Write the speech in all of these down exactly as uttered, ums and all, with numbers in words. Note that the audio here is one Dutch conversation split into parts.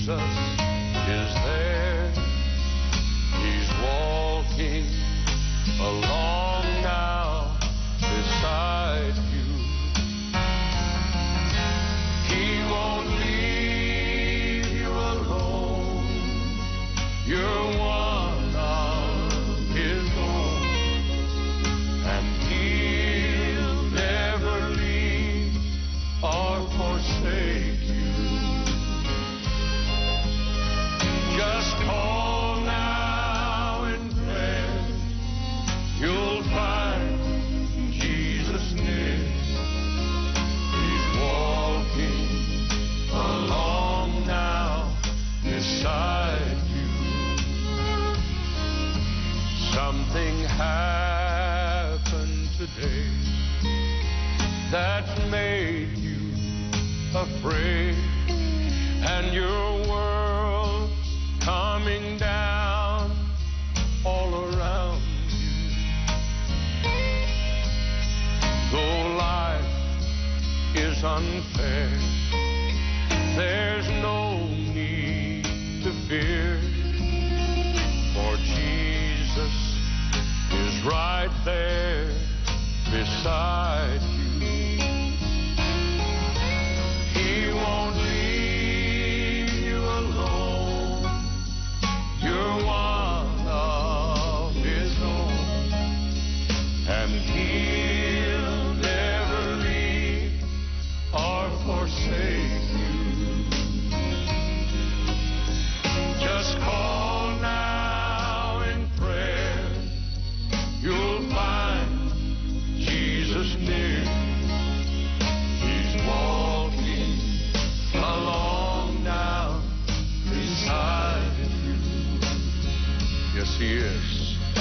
Jesus is there. He's walking along now beside you. He won't leave you alone. You're one of his own, and he'll never leave or forsake you. Just call now in prayer. You'll find Jesus near. He's walking along now beside you. Something happened today that's made you afraid, and your world's coming down all around you. Though life is unfair, there's no need to fear, for Jesus is right there beside you. He won't leave you alone. You're one of his own, and he'll never leave or forsake you. Just call now in prayer. You'll find Jesus near. He's walking along now beside you. Yes, he is.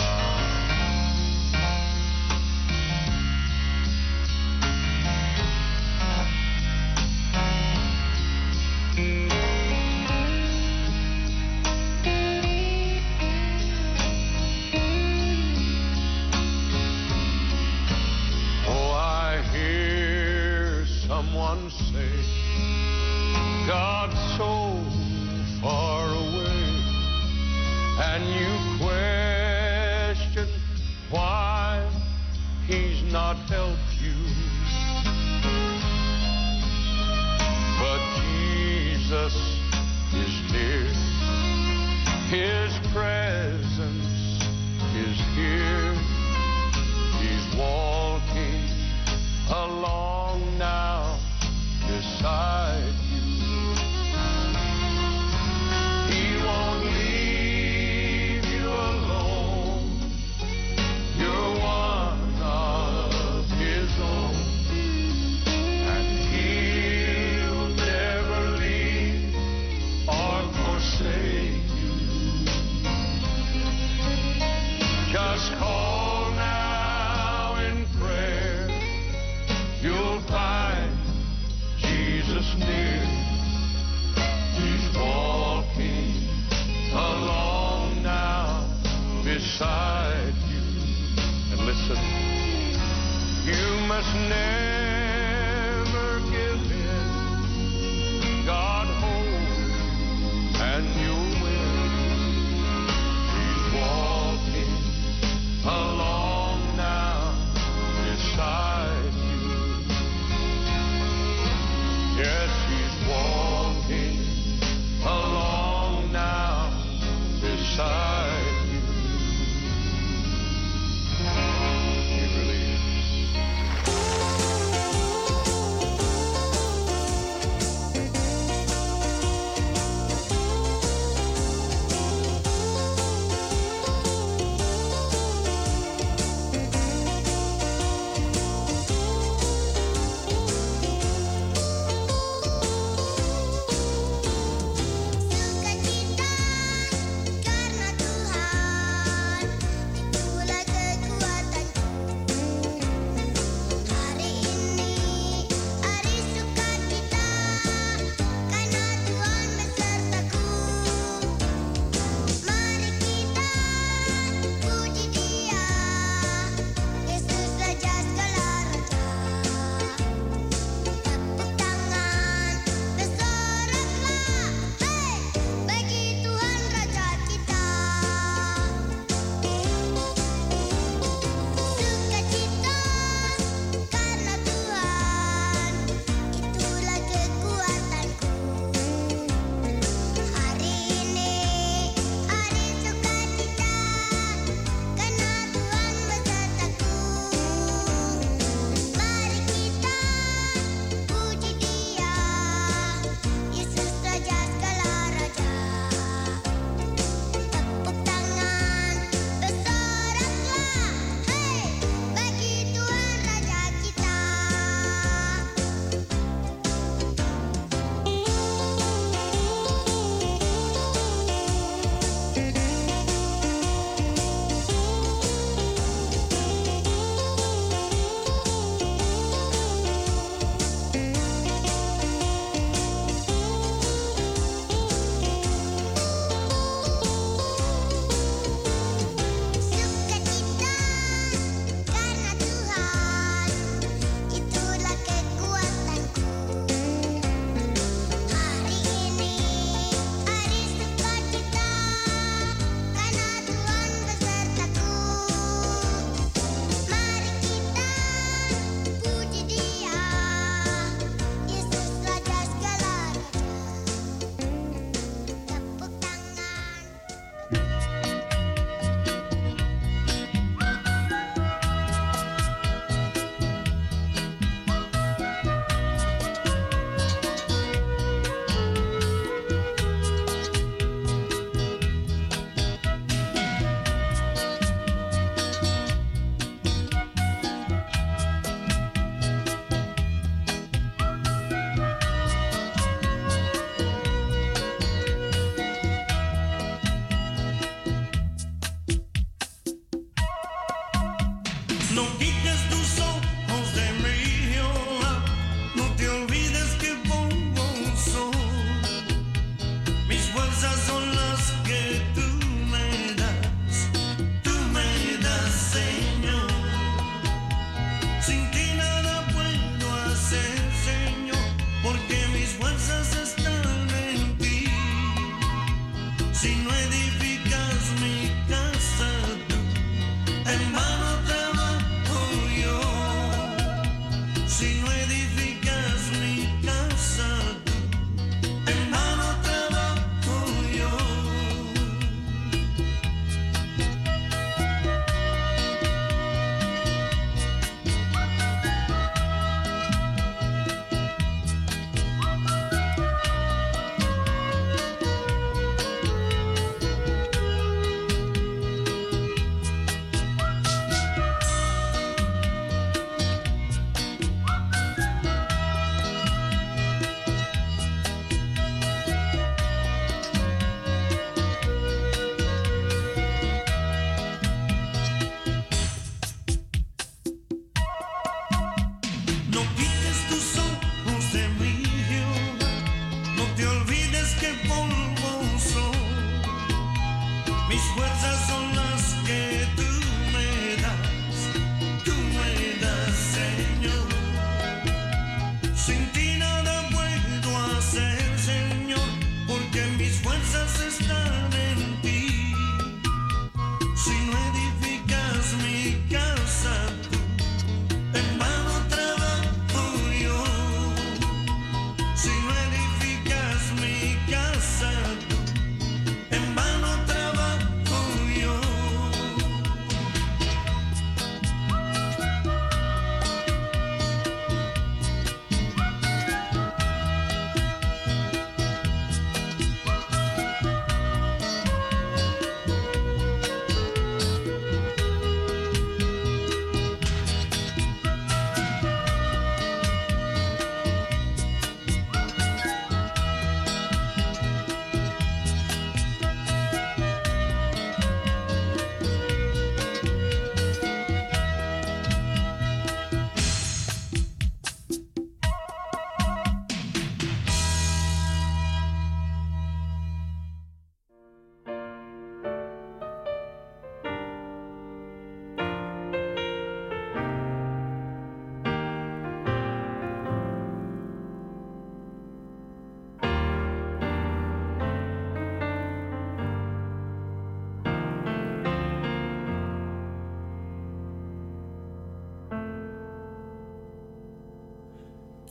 Oh, I hear someone say, God's so far away, and you question why he's not helped you. But Jesus is near. His presence is here. He's walking along now beside you. He won't leave you alone. You're one of his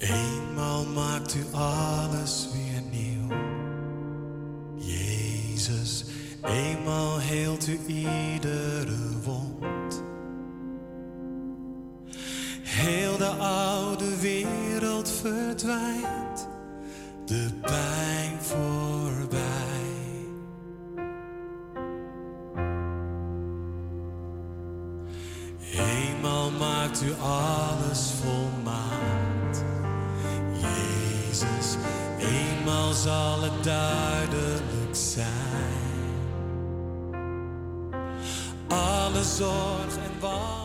Eenmaal maakt u alles weer nieuw. Jezus, eenmaal heelt u iedere wond. Heel de oude wereld verdwijnt, de pijn voorbij. Eenmaal maakt u alles volmaakt. Jezus, eenmaal zal het duidelijk zijn. Alle zorg en wanhoop.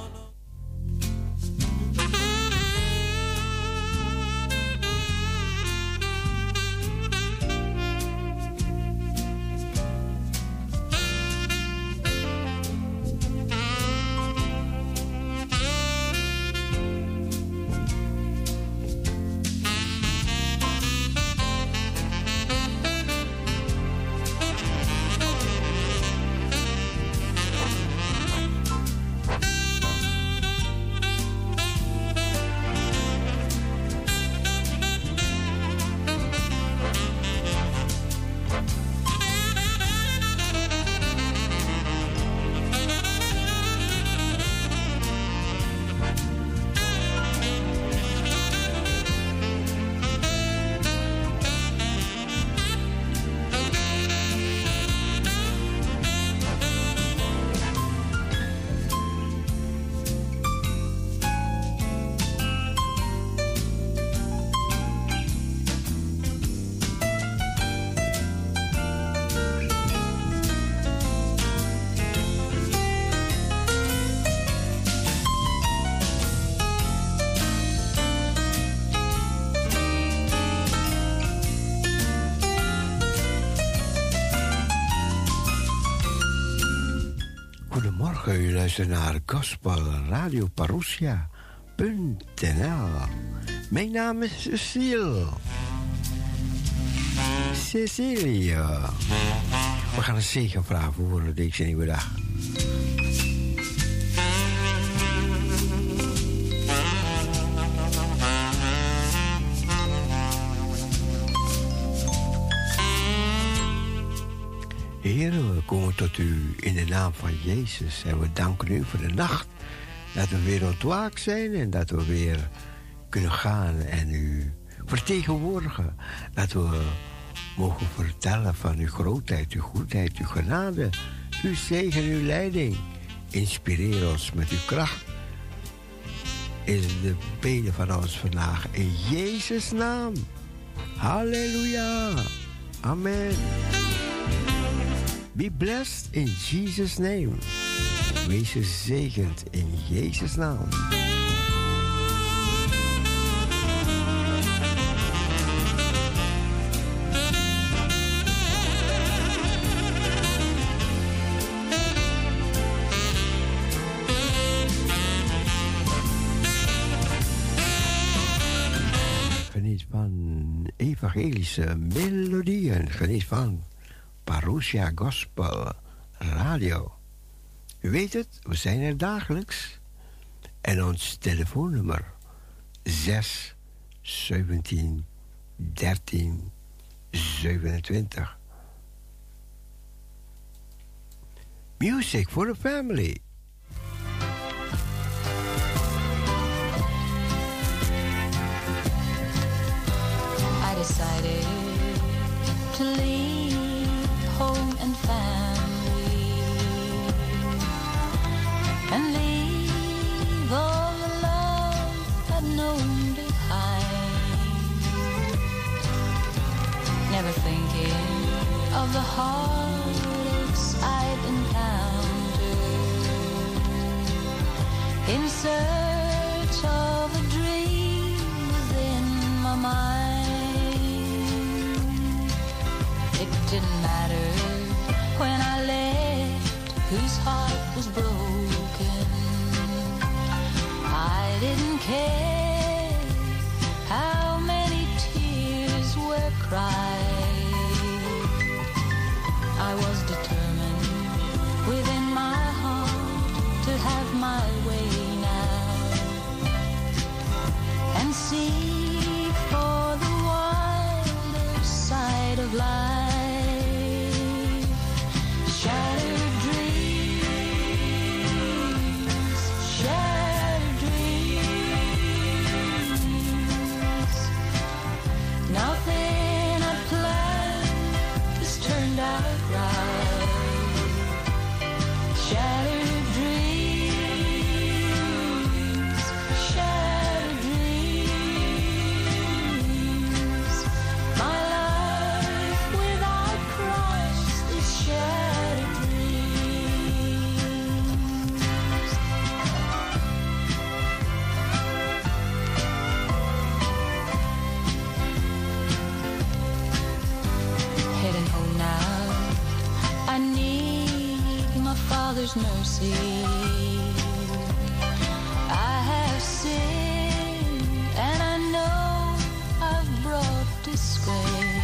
U luistert naar Gospel Radio Parousia punt n l. Mijn naam is Cecile. Cecilia. We gaan een zegen vragen voor deze nieuwe dag. Heer, we komen tot u in de naam van Jezus. En we danken u voor de nacht. Dat we weer ontwaakt zijn en dat we weer kunnen gaan en u vertegenwoordigen. Dat we mogen vertellen van uw grootheid, uw goedheid, uw genade. Uw zegen, uw leiding. Inspireer ons met uw kracht. Is de beden van ons vandaag in Jezus' naam. Halleluja. Amen. Be blessed in Jesus' name. Wees gezegend in Jezus' naam. Geniet van evangelische melodieën. Geniet van Parousia Gospel Radio. U weet het, we zijn er dagelijks. En ons telefoonnummer zes zeventien dertien zevenentwintig. Music for the family. I decided to leave home and family and leave all the love I'd known behind, never thinking of the heartaches I'd encountered in search of a dream within my mind. It didn't matter when I left, whose heart was broken. I didn't care how many tears were cried. I was determined within my heart to have my way now and seek His mercy. I have sinned, and I know I've brought disgrace.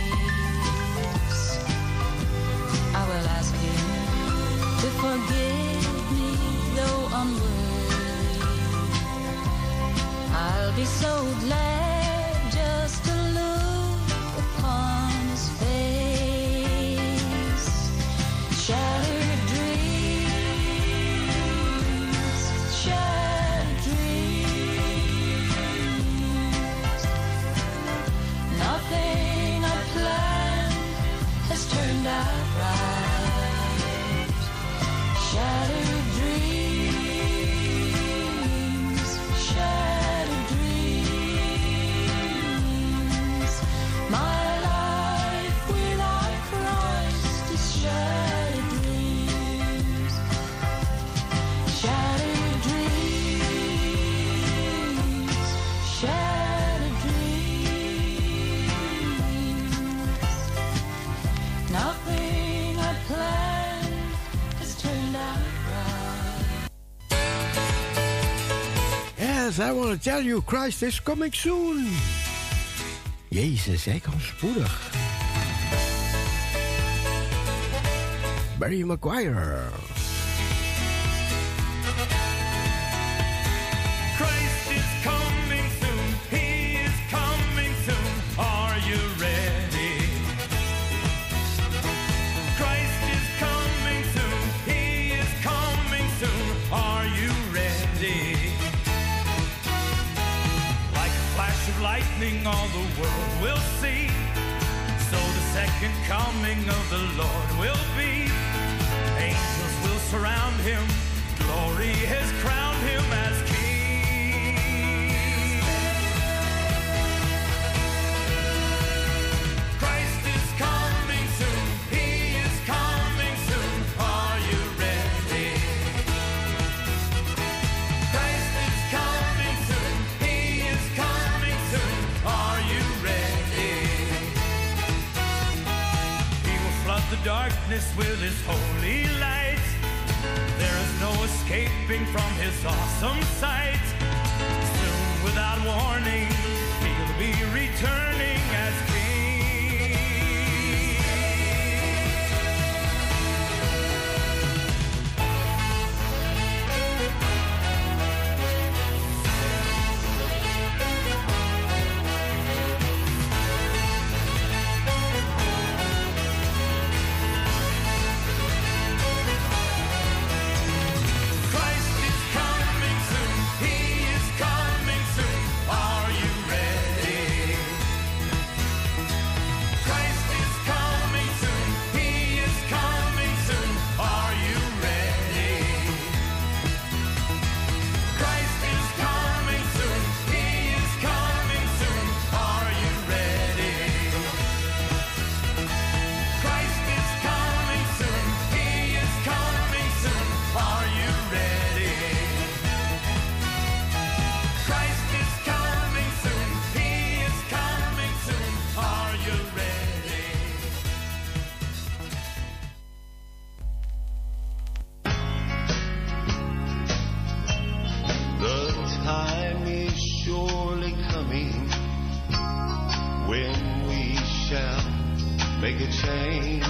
I will ask Him to forgive me, though unworthy. I'll be so glad just to look upon His face. Shattered dreams, shattered dreams. Nothing I planned has turned out right. Shattered dreams, shattered dreams. My life without Christ is shattered dreams. Shattered dreams, shattered dreams. Nothing I planned has turned out right. Yes, I want to tell you, Christ is coming soon. Jezus, hij komt spoedig. Barry Maguire. Christ is coming soon. He is coming soon. Are you ready? Christ is coming soon. He is coming soon. Are you ready? Like a flash of lightning, all the world will see. So the second coming of the Lord will be. Angels will surround him. Glory has crowned him as king. Christ is coming soon. He is coming soon. Are you ready? Christ is coming soon. He is coming soon. Are you ready? He will flood the darkness with his holy light. There is no escaping from his awesome sight. Soon, without warning, he'll be returning as king. Christ is coming soon. He is coming soon. Are you ready? Christ is coming soon. He is coming soon. Are you ready? Christ is coming soon. He is coming soon. Are you ready? Christ is coming soon. He is coming soon. Are you ready? Christ is coming soon. He is coming soon. Are you ready? The time is surely coming when we shall make a change,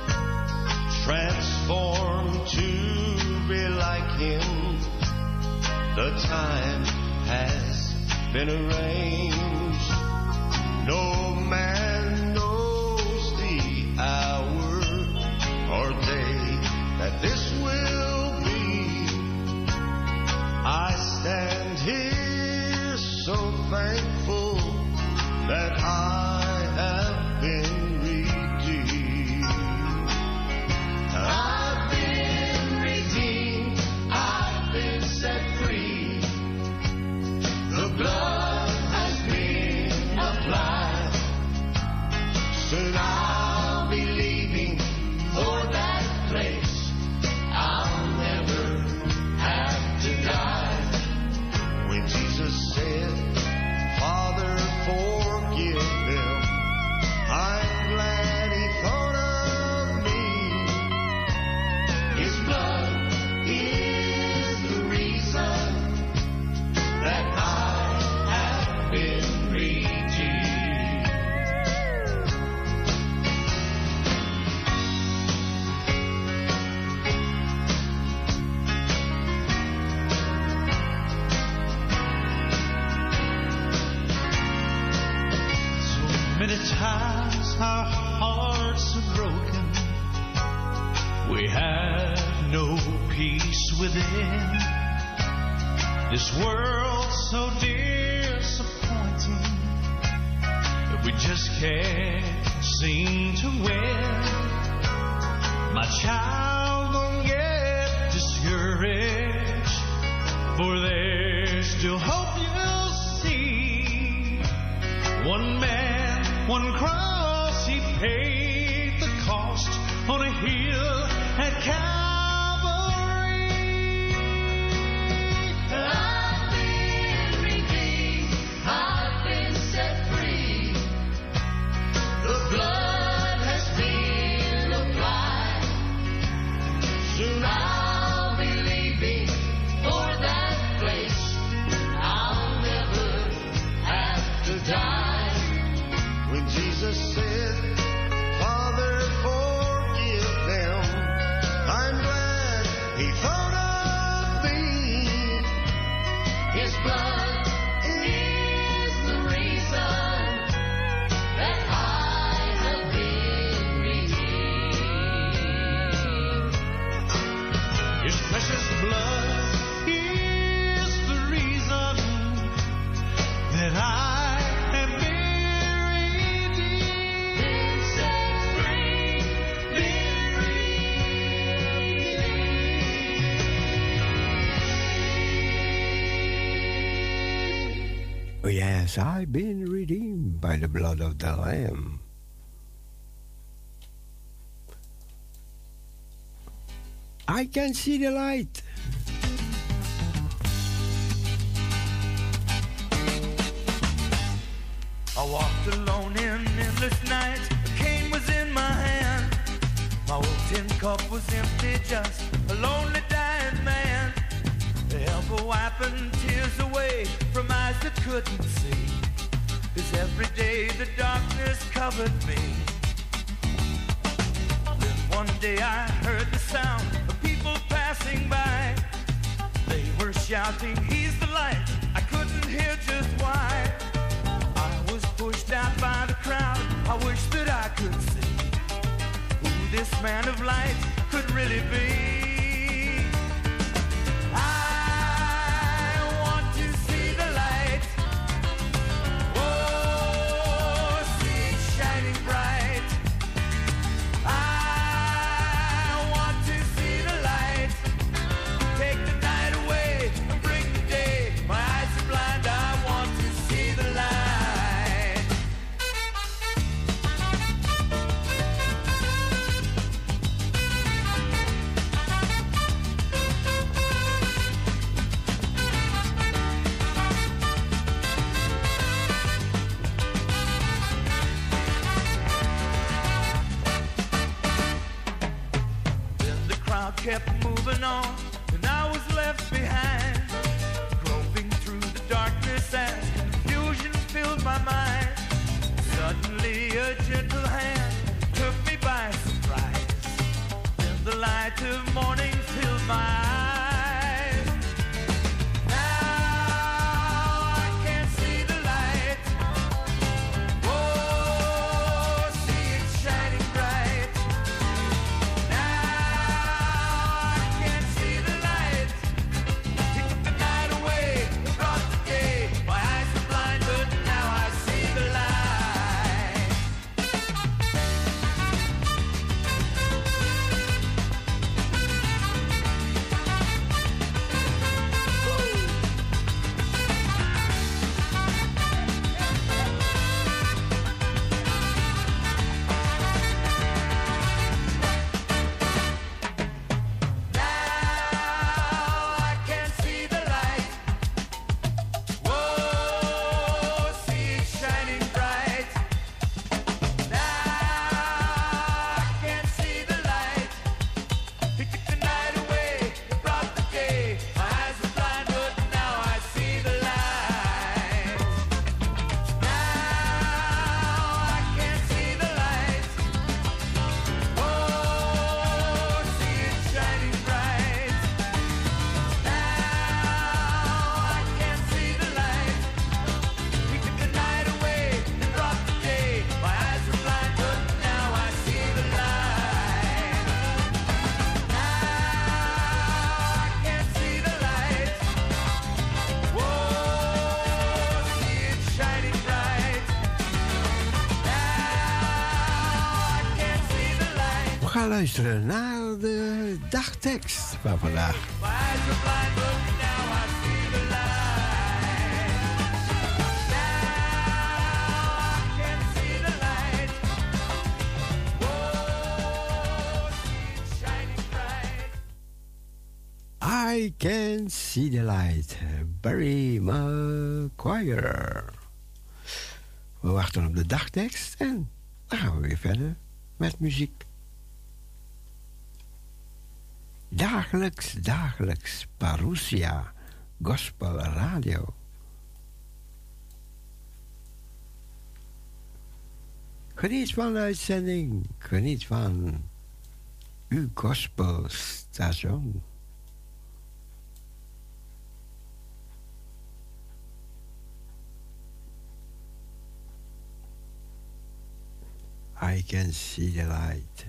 transform to be like Him. The time has been arranged. No man knows the hour or day that this will be. I stand here so thankful that I have been redeemed. I've been redeemed. I've been set free. The blood has been applied. Soon I'll be leaving for that place. I'll never have to die. When Jesus said, Father, forgive them, I'm glad He thought of me. His blood our hearts are broken. We have no peace within. This world's so disappointing that we just can't seem to win. My child, don't get discouraged, for there's still hope you'll see. One man, one cross, he paid the cost on a hill at Calvary. I've been redeemed, I've been set free. The blood has been applied. Soon I'll be leaving for that place. I'll never have to die. When Jesus said, Father, forgive them, I'm glad he thought of me. His blood is the reason that I have been redeemed. His precious blood is the reason that I have been redeemed. Been set free, been redeemed. Oh, yes, I've been redeemed by the blood of the Lamb. I can see the light. I walked alone in endless night. A cane was in my hand. My old tin cup was empty, just a lonely dying man. Ever wiping tears away from eyes that couldn't see. 'Cause every day the darkness covered me. Then one day I heard the sound of people passing by. They were shouting, "He's the light." I couldn't hear just why. I was pushed out by the crowd. I wish that I could see who this man of light could really be. I want to see the light. Oh, see it shining bright. I want to see the light. Take the night away and bring the day. My eyes are blind. I want to see the light. Then the crowd kept moving on, and I was left behind, groping through the darkness as confusion filled my mind. Suddenly a gentle hand took me by surprise. Then the light of morning filled my eyes. Now I can see the light. Oh, see it shining bright. Now I can see the light. He took the night away, brought the day. My eyes were blind, but now I see the light. gaan luisteren naar de dagtekst van vandaag. I can see the light. Barry Maguire. We wachten op de dagtekst en dan gaan we weer verder met muziek. Dagelijks, dagelijks, Parousia, Gospel Radio. Geniet van de uitzending, geniet van uw gospelstation. I can see the light.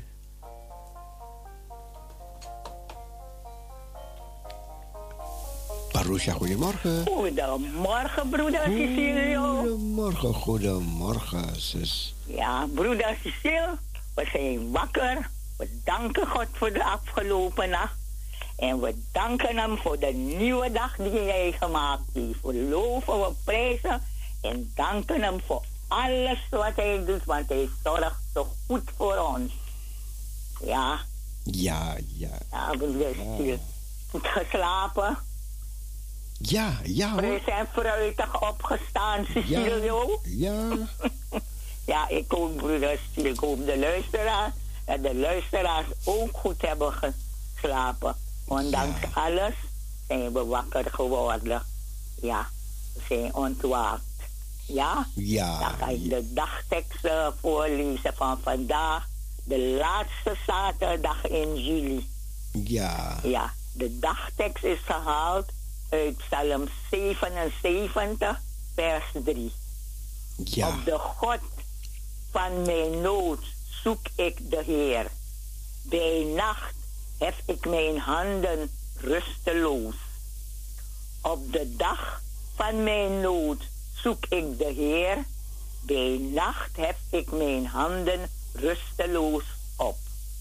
Parousia, goedemorgen. Goedemorgen, broeder Cecilio. Goedemorgen, goedemorgen, zus. Ja, broeder Cecil, we zijn wakker. We danken God voor de afgelopen nacht. En we danken hem voor de nieuwe dag die hij gemaakt heeft. We loven, we prijzen en danken hem voor alles wat hij doet, want hij zorgt zo goed voor ons. Ja. Ja, ja. Ja, broeder Cecil. Goed geslapen. Ja, ja hoor. We zijn fruitig opgestaan, Cecilio. Ja, ja. Ja, ik hoop, broeder Cecil, ik hoop de luisteraars, dat de luisteraars ook goed hebben geslapen. Ondanks ja. alles zijn we wakker geworden. Ja, we zijn ontwaakt. Ja? Ja. Dan ga ik de dagtekst uh, voorlezen van vandaag. De laatste zaterdag in juli. Ja. Ja, de dagtekst is gehaald uit Psalm zevenenzeventig, vers drie. Ja. Op de God van mijn nood zoek ik de Heer. Bij nacht hef ik mijn handen rusteloos. Op de dag van mijn nood zoek ik de Heer. Bij nacht hef ik mijn handen rusteloos op.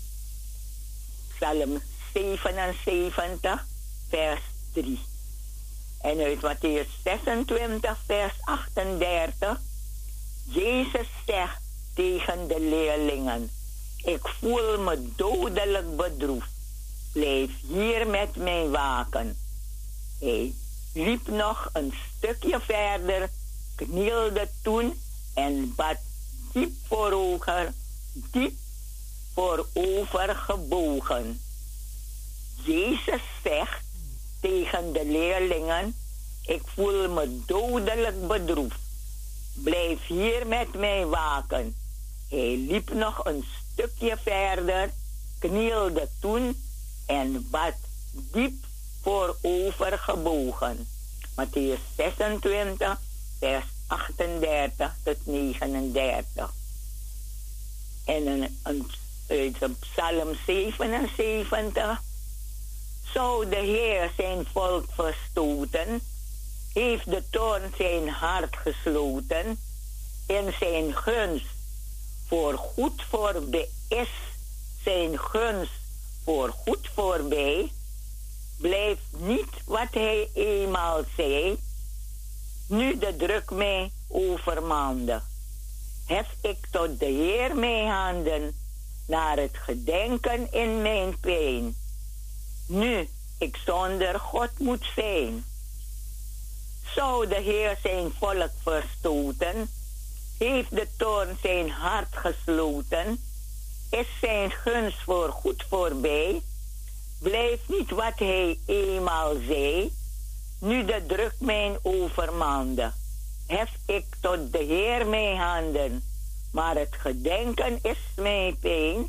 Psalm zevenenzeventig, vers drie. En uit Mattheüs zesentwintig, vers achtendertig. Jezus zegt tegen de leerlingen: ik voel me dodelijk bedroefd. Blijf hier met mij waken. Hij liep nog een stukje verder, knielde toen en bad diep voorover, diep voorover gebogen. Jezus zegt tegen de leerlingen: ik voel me dodelijk bedroefd. Blijf hier met mij waken. Hij liep nog een stukje verder, knielde toen en bad diep voorover gebogen. Mattheüs zesentwintig, vers achtendertig tot negenendertig. En een, een, uit een Psalm zevenenzeventig. Zou de Heer zijn volk verstoten, heeft de toorn zijn hart gesloten, en zijn gunst voor goed voorbij is zijn gunst voor goed voorbij, blijft niet wat hij eenmaal zei, nu de druk mij overmande. Hef ik tot de Heer mijn handen, naar het gedenken in mijn pijn. Nu ik zonder God moet zijn. Zou de Heer zijn volk verstoten, heeft de toorn zijn hart gesloten, is zijn gunst voor goed voorbij, blijft niet wat hij eenmaal zei, nu de druk mijn overmande. Hef ik tot de Heer mijn handen, maar het gedenken is mijn pijn,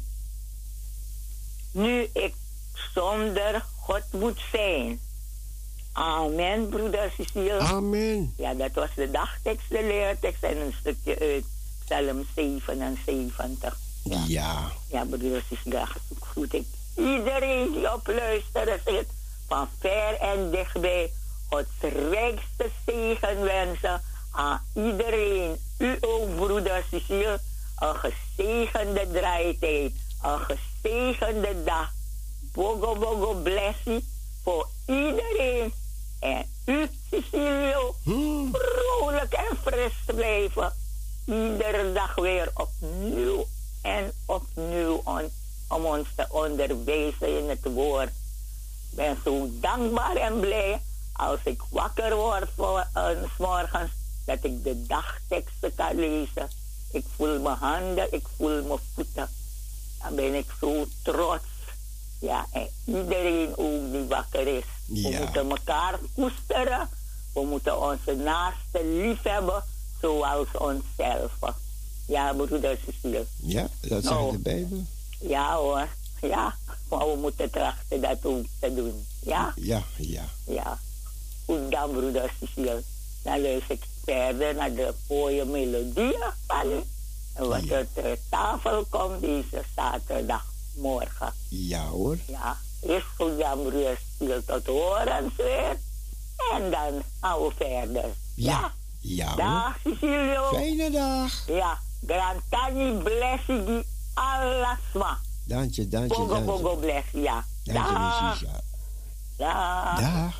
nu ik zonder God moet zijn. Amen, broeder Cecile. Amen. Ja, dat was de dagtekst, de leertekst en een stukje uit Psalm zevenenzeventig. Ja, ja. Ja, broeder Cecile, groet ik iedereen die op luisteren zit, van ver en dichtbij, Gods rijkste zegen wensen aan iedereen. U ook, broeder Cecile, een gezegende draaitijd, een gezegende dag. Bogo bogo blessie voor iedereen. En u, Cecilio, Hmm. vrolijk en fris blijven. Iedere dag weer opnieuw en opnieuw on, om ons te onderwijzen in het woord. Ik ben zo dankbaar en blij als ik wakker word voor uh, 's morgens, dat ik de dagteksten kan lezen. Ik voel mijn handen, ik voel mijn voeten. Dan ben ik zo trots. Ja, en iedereen ook die wakker is. Ja. We moeten elkaar koesteren. We moeten onze naasten liefhebben, zoals onszelf. Ja, broeder Cecile. Ja, dat zegt Nou. de Bijbel. Ja hoor, ja. Maar we moeten trachten dat ook te doen. Ja? Ja, ja. Ja. Goed dan, broeder Cecile. Dan luister ik verder naar de mooie melodieën van u. En wat Ja. er ter tafel komt deze zaterdagmorgen. Ja hoor. Ja, is goed dan, broeder Cecile, tot horens weer. En dan gaan we verder. Ja. Ja hoor. Dag, Cecilio. Fijne dag. Ja, grantani blessigi alasma. Dankje, dankje, Pogo dankje. pogo bless, ja. Dankje, Dag. precies, ja. Dag. Dag.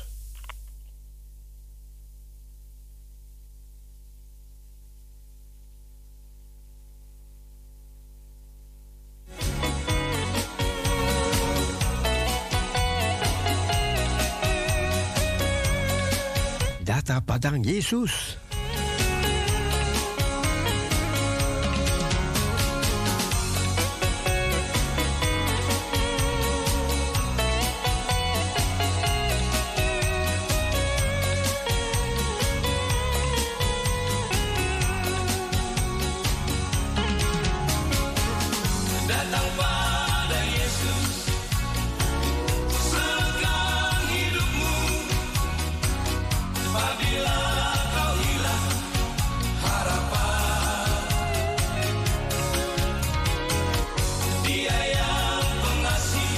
Data Padang Yesus. Datang pada Yesus, serahkan hidupmu. Apabila kau hilang harapan, Dia yang pengasih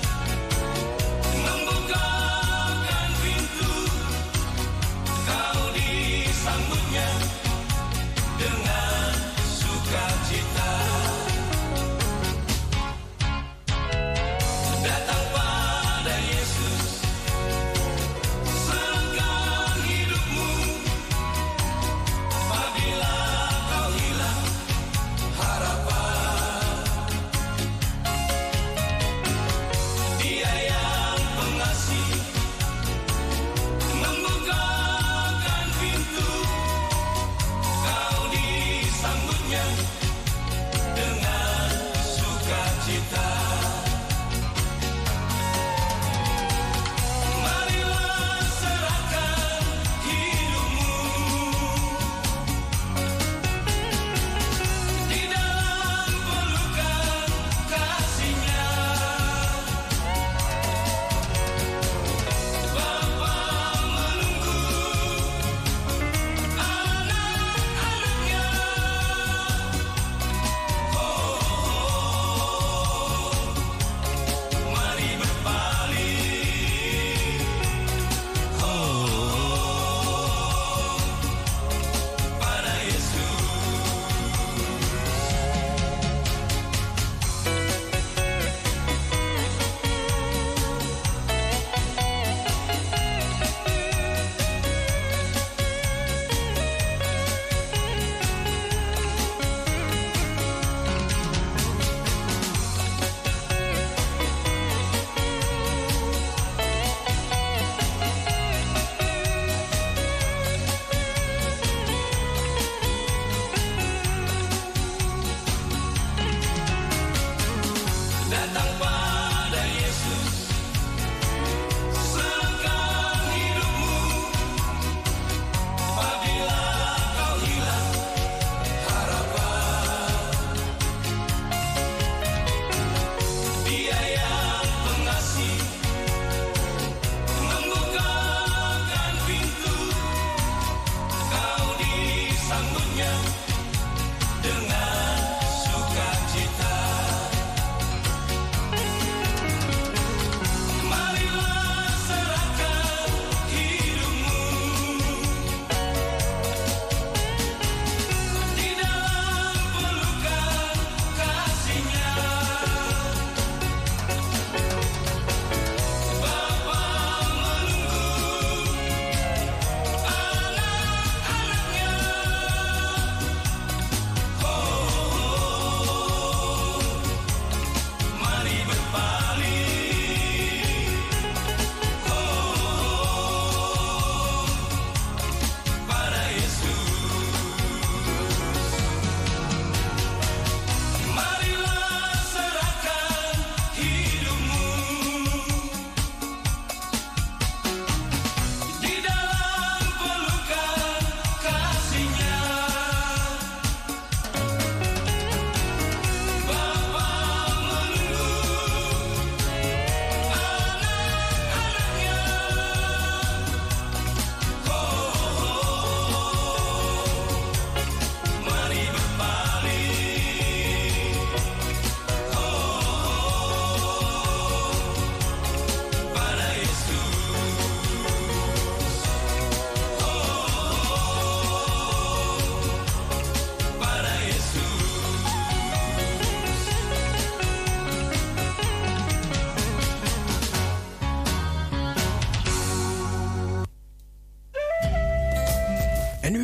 membukakan pintu. Kau disambutnya dengan sukacita. Datang pada Yesus, serahkan hidupmu. Apabila kau hilang harapan, Dia yang pengasih membukakan pintu. Kau disambutnya dengan sukacita. Marilah serahkan hidupmu di dalam pelukan kasih-Nya. Bapa menunggu anak-anaknya. Oh,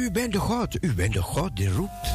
U bent de God, u bent de God die roept.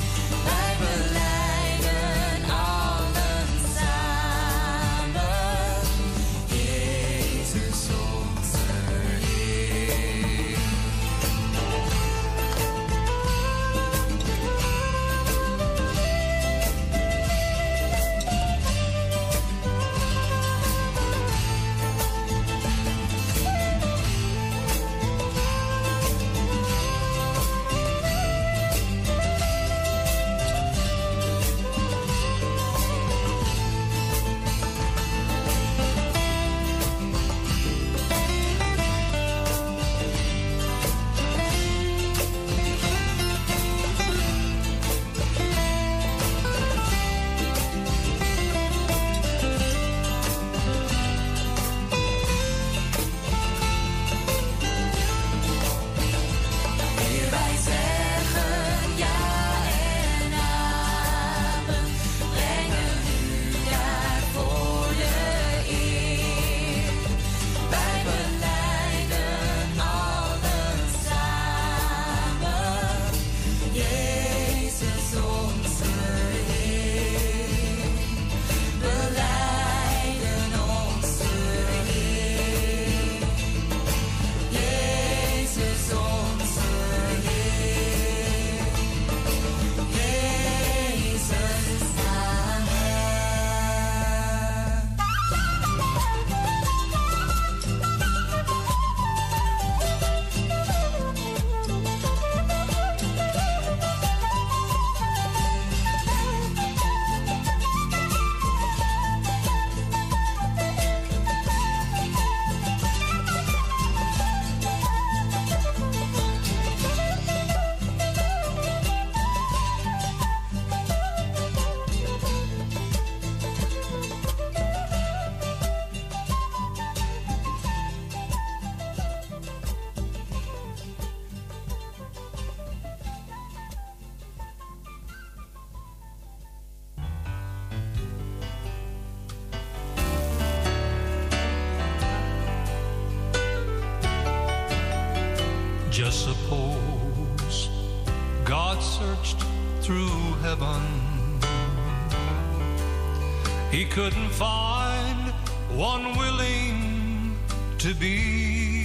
Wij belijden allen samen. through heaven. He couldn't find one willing to be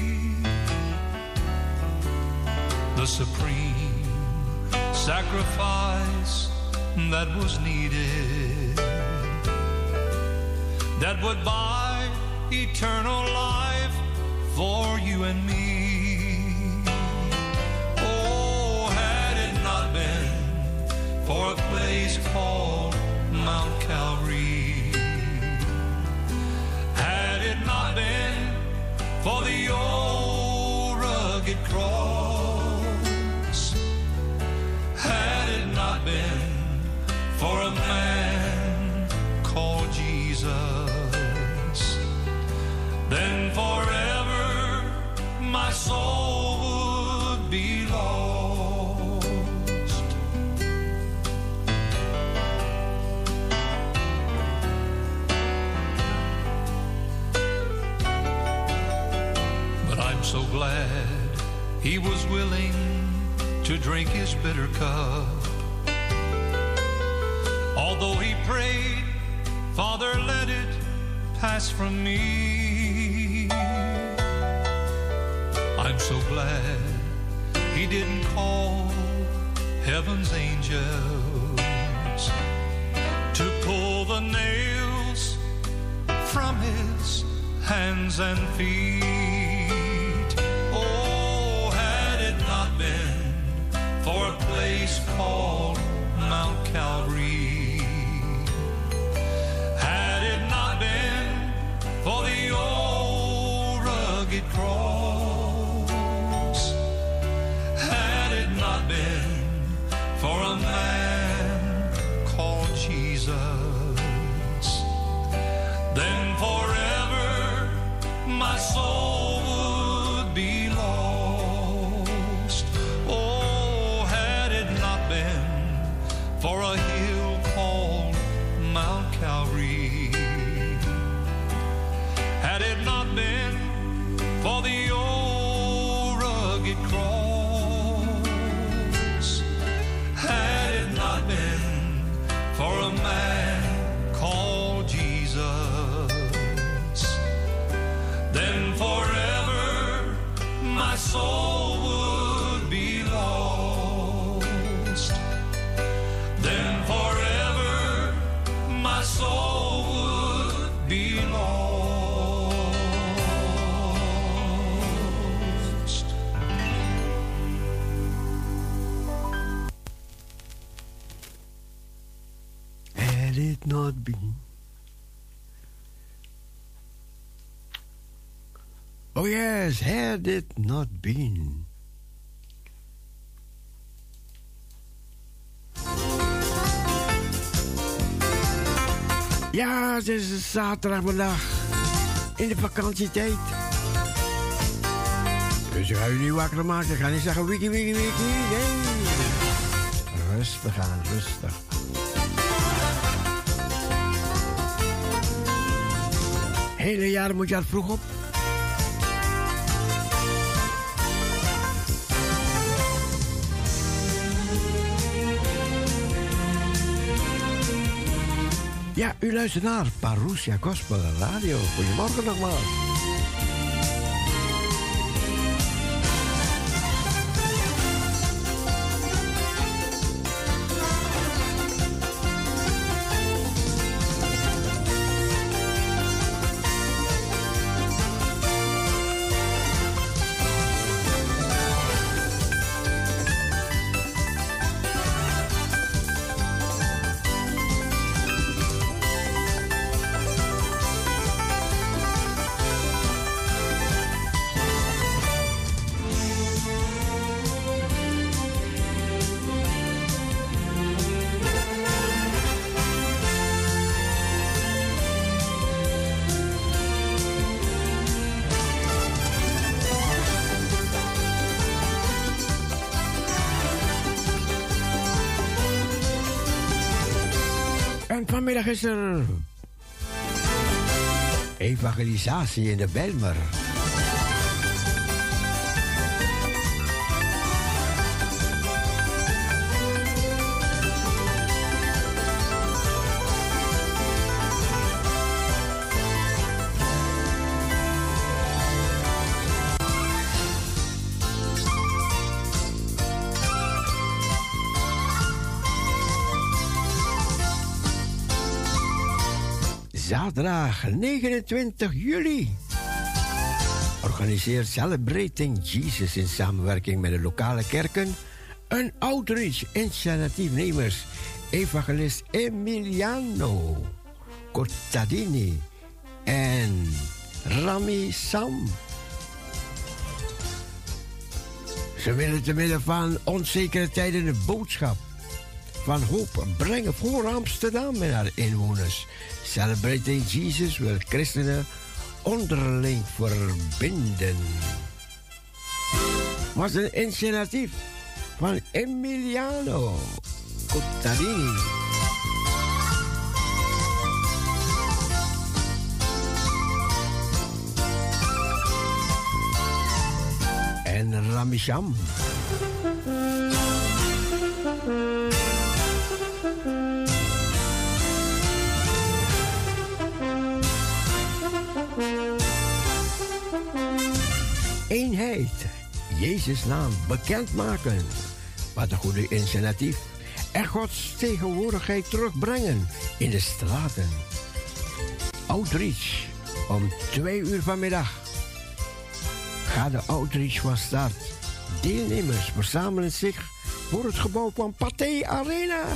the supreme sacrifice that was needed, that would buy eternal life for you and me. Oh, had it not been for a place called Mount Calvary, had it not been for the old rugged cross, had it not been for a man called Jesus, then forever my soul would be lost. But I'm so glad he was willing to drink his bitter cup. Although he prayed, Father, let it pass from me. I'm so glad he didn't call heaven's angels to pull the nails from his hands and feet. Oh, had it not been for a place called Mount Calvary, had it not been for the old rugged cross, had it not been for a man called Jesus, then forever my soul would be lost. Oh, had it not been for a hill called Mount Calvary, had it not been for the old rugged cross, had it not been for a man called Jesus, then forever my soul would be lost. Then forever my soul would be lost. Had it not been. Oh yes, had it not been. Ja, het is zaterdagmiddag in de vakantietijd. Dus ik ga u niet wakker maken. Ik ga niet zeggen wiki, wiki, wiki. Nee. Rustig aan, rustig. Hele jaren moet je al vroeg op. Ja, u luistert naar Parousia Gospel Radio. Goedemorgen nogmaals. En vanmiddag is er evangelisatie in de Bijlmer. zaterdag negenentwintig juli organiseert Celebrating Jesus in samenwerking met de lokale kerken een outreach initiatiefnemers evangelist Emiliano Cortadini en Rami Sam. Ze willen te midden van onzekere tijden de boodschap van hoop brengen voor Amsterdam en haar inwoners. Celebrating Jesus wil christenen onderling verbinden. Was een initiatief van Emiliano Cottarini. En Ramisham. Eenheid, Jezus' naam bekendmaken. Wat een goede initiatief. En Gods tegenwoordigheid terugbrengen in de straten. Outreach om twee uur vanmiddag. Gaat de outreach van start. Deelnemers verzamelen zich voor het gebouw van Pathé Arena.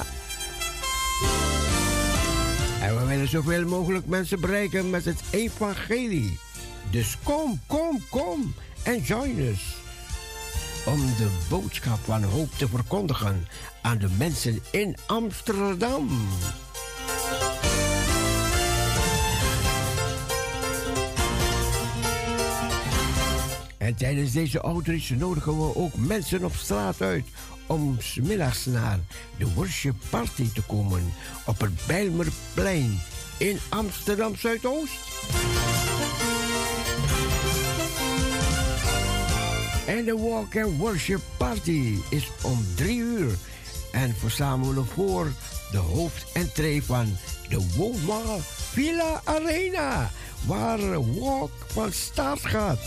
En we willen zoveel mogelijk mensen bereiken met het evangelie. Dus kom, kom, kom en join us. Om de boodschap van hoop te verkondigen aan de mensen in Amsterdam. En tijdens deze outreach nodigen we ook mensen op straat uit om 's middags naar de worship party te komen op het Bijlmerplein in Amsterdam Zuidoost. En de walk and worship party is om drie uur en verzamelen voor de hoofdentree van de Woma Villa Arena, waar de walk van start gaat.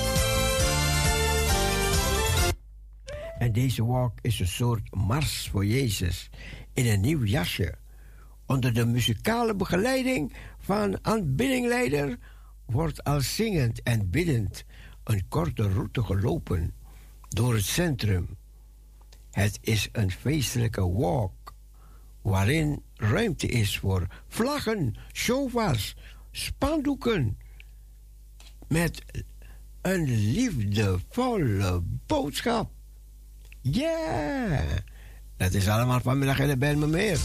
En deze walk is een soort mars voor Jezus in een nieuw jasje. Onder de muzikale begeleiding van aanbiddingleider wordt al zingend en biddend een korte route gelopen door het centrum. Het is een feestelijke walk waarin ruimte is voor vlaggen, shofars, spandoeken met een liefdevolle boodschap. Ja, yeah. Dat is allemaal vanmiddag in de Bijlmermeer.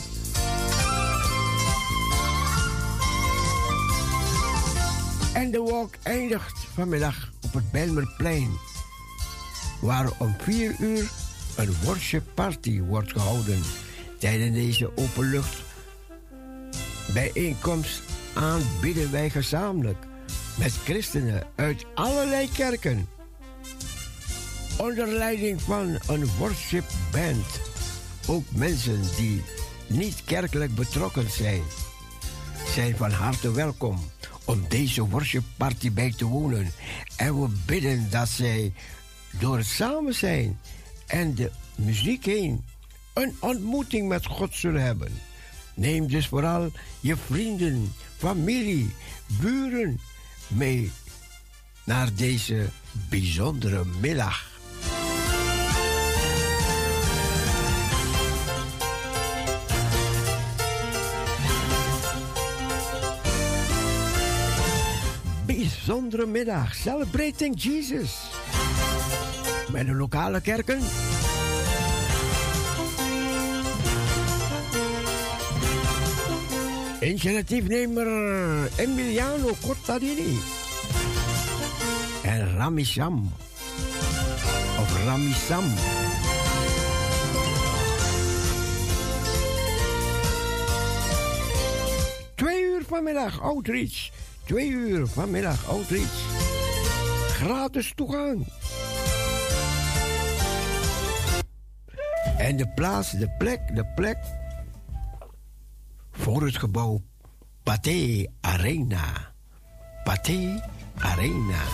En de walk eindigt vanmiddag op het Bijlmerplein, waar om vier uur een worship party wordt gehouden. Tijdens deze openlucht bijeenkomst aanbidden wij gezamenlijk met christenen uit allerlei kerken. Onder leiding van een worship band. Ook mensen die niet kerkelijk betrokken zijn, zijn van harte welkom om deze worship party bij te wonen. En we bidden dat zij door het samen zijn en de muziek heen een ontmoeting met God zullen hebben. Neem dus vooral je vrienden, familie, buren mee naar deze bijzondere middag. Bijzondere middag, Celebrating Jesus. Met de lokale kerken. Initiatiefnemer Emiliano Cortadini. En Ramisham. Of Ramisam. Twee uur vanmiddag, outreach. Twee uur vanmiddag, outreach. Gratis toegang. En de plaats, de plek, de plek voor het gebouw Pathé Arena. Pathé Arena.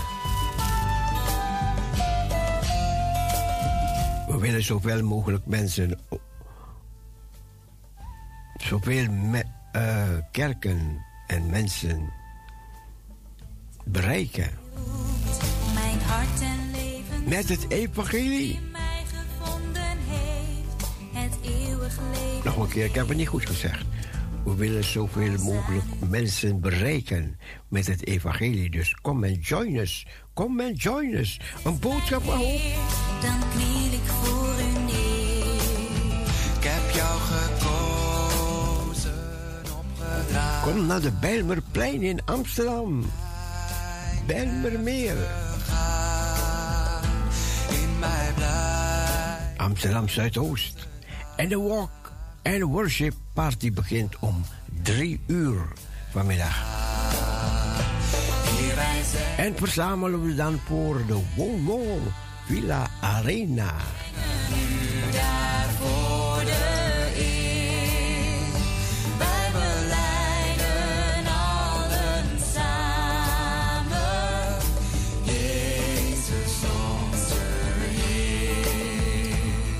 We willen zoveel mogelijk mensen, zoveel me, uh, kerken, en mensen bereiken. Mijn hart en leven Met het evangelie. die mij gevonden heeft, het eeuwig leven. Nog een keer, ik heb het niet goed gezegd. We willen zoveel mogelijk mensen bereiken met het evangelie. Dus kom en join us. Kom en join us. Een boodschap van hoop. Dan kniel ik voor u neer. Ik heb jou gekozen, opgedragen. Kom naar de Bijlmerplein in Amsterdam. Bijlmermeer. In mij blij. Amsterdam Zuidoost. En de walk en worship party begint om drie uur vanmiddag. Hier wij zijn. En verzamelen we dan voor de Woonmall Villa Arena. Daarvoor de eer. Wij belijden allen samen. Jezus onze Heer.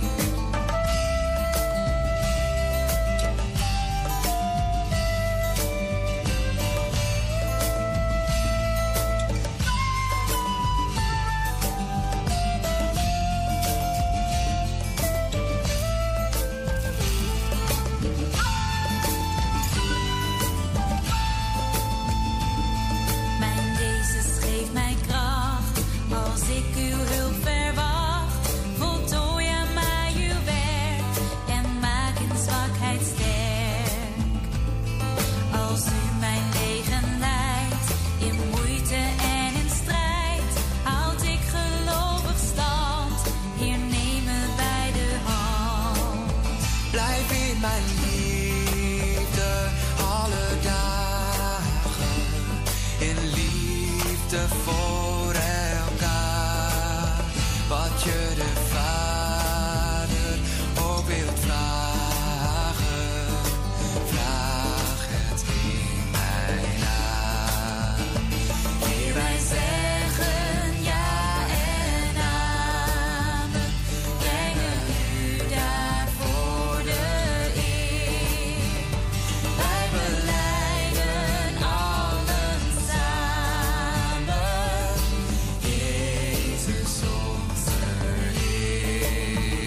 Mijn Jezus geeft mij kracht als ik uw hulp verwacht. Voltooi aan mij uw werk en maak in zwakheid sterk. Als u mijn wegen leidt in moeite en in strijd, houd ik gelovig stand. Heer, neem me bij de hand. Blijf in mijn liefde alle dagen. In liefde voor elkaar. Wat je de Vader ook wilt vragen. Vraag het in mijn naam. Heer, wij zeggen ja en amen. Brengen u daarvoor de eer. Wij belijden allen samen. Jezus onze Heer.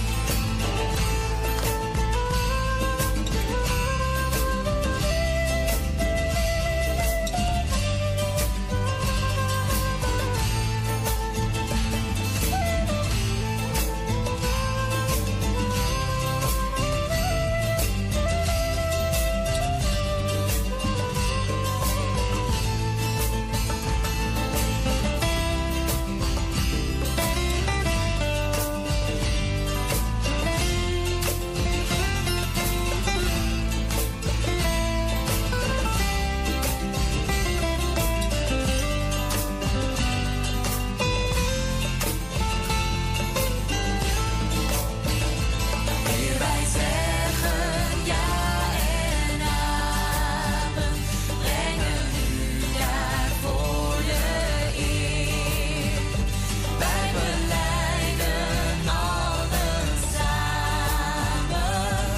Heer, wij zeggen ja en amen. Brengen u daarvoor de eer. Wij belijden allen samen.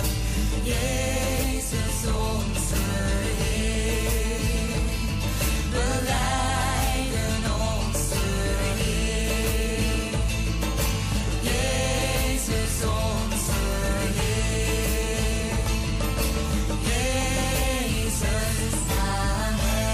Jezus onze Heer. Belijden onze Heer. Jezus onze Heer. Jezus, amen.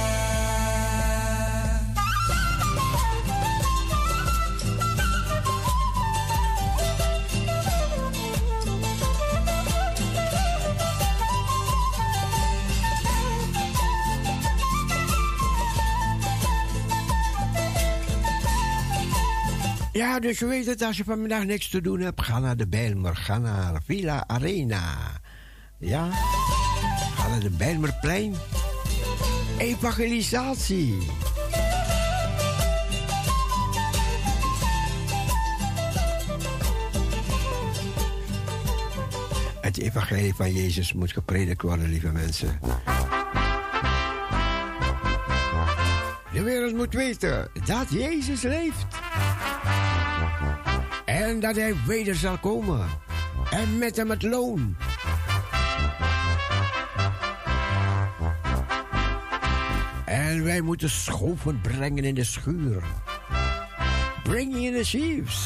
Ja, dus je weet het, als je vanmiddag niks te doen hebt, ga naar de Bijlmer, ga naar Villa Arena. Ja, ga naar de Bijlmerplein. Evangelisatie. Het evangelie van Jezus moet gepredikt worden, lieve mensen. De wereld moet weten dat Jezus leeft. En dat hij weder zal komen. En met hem het loon. En wij moeten schoven brengen in de schuur. Bringing in the sheaves.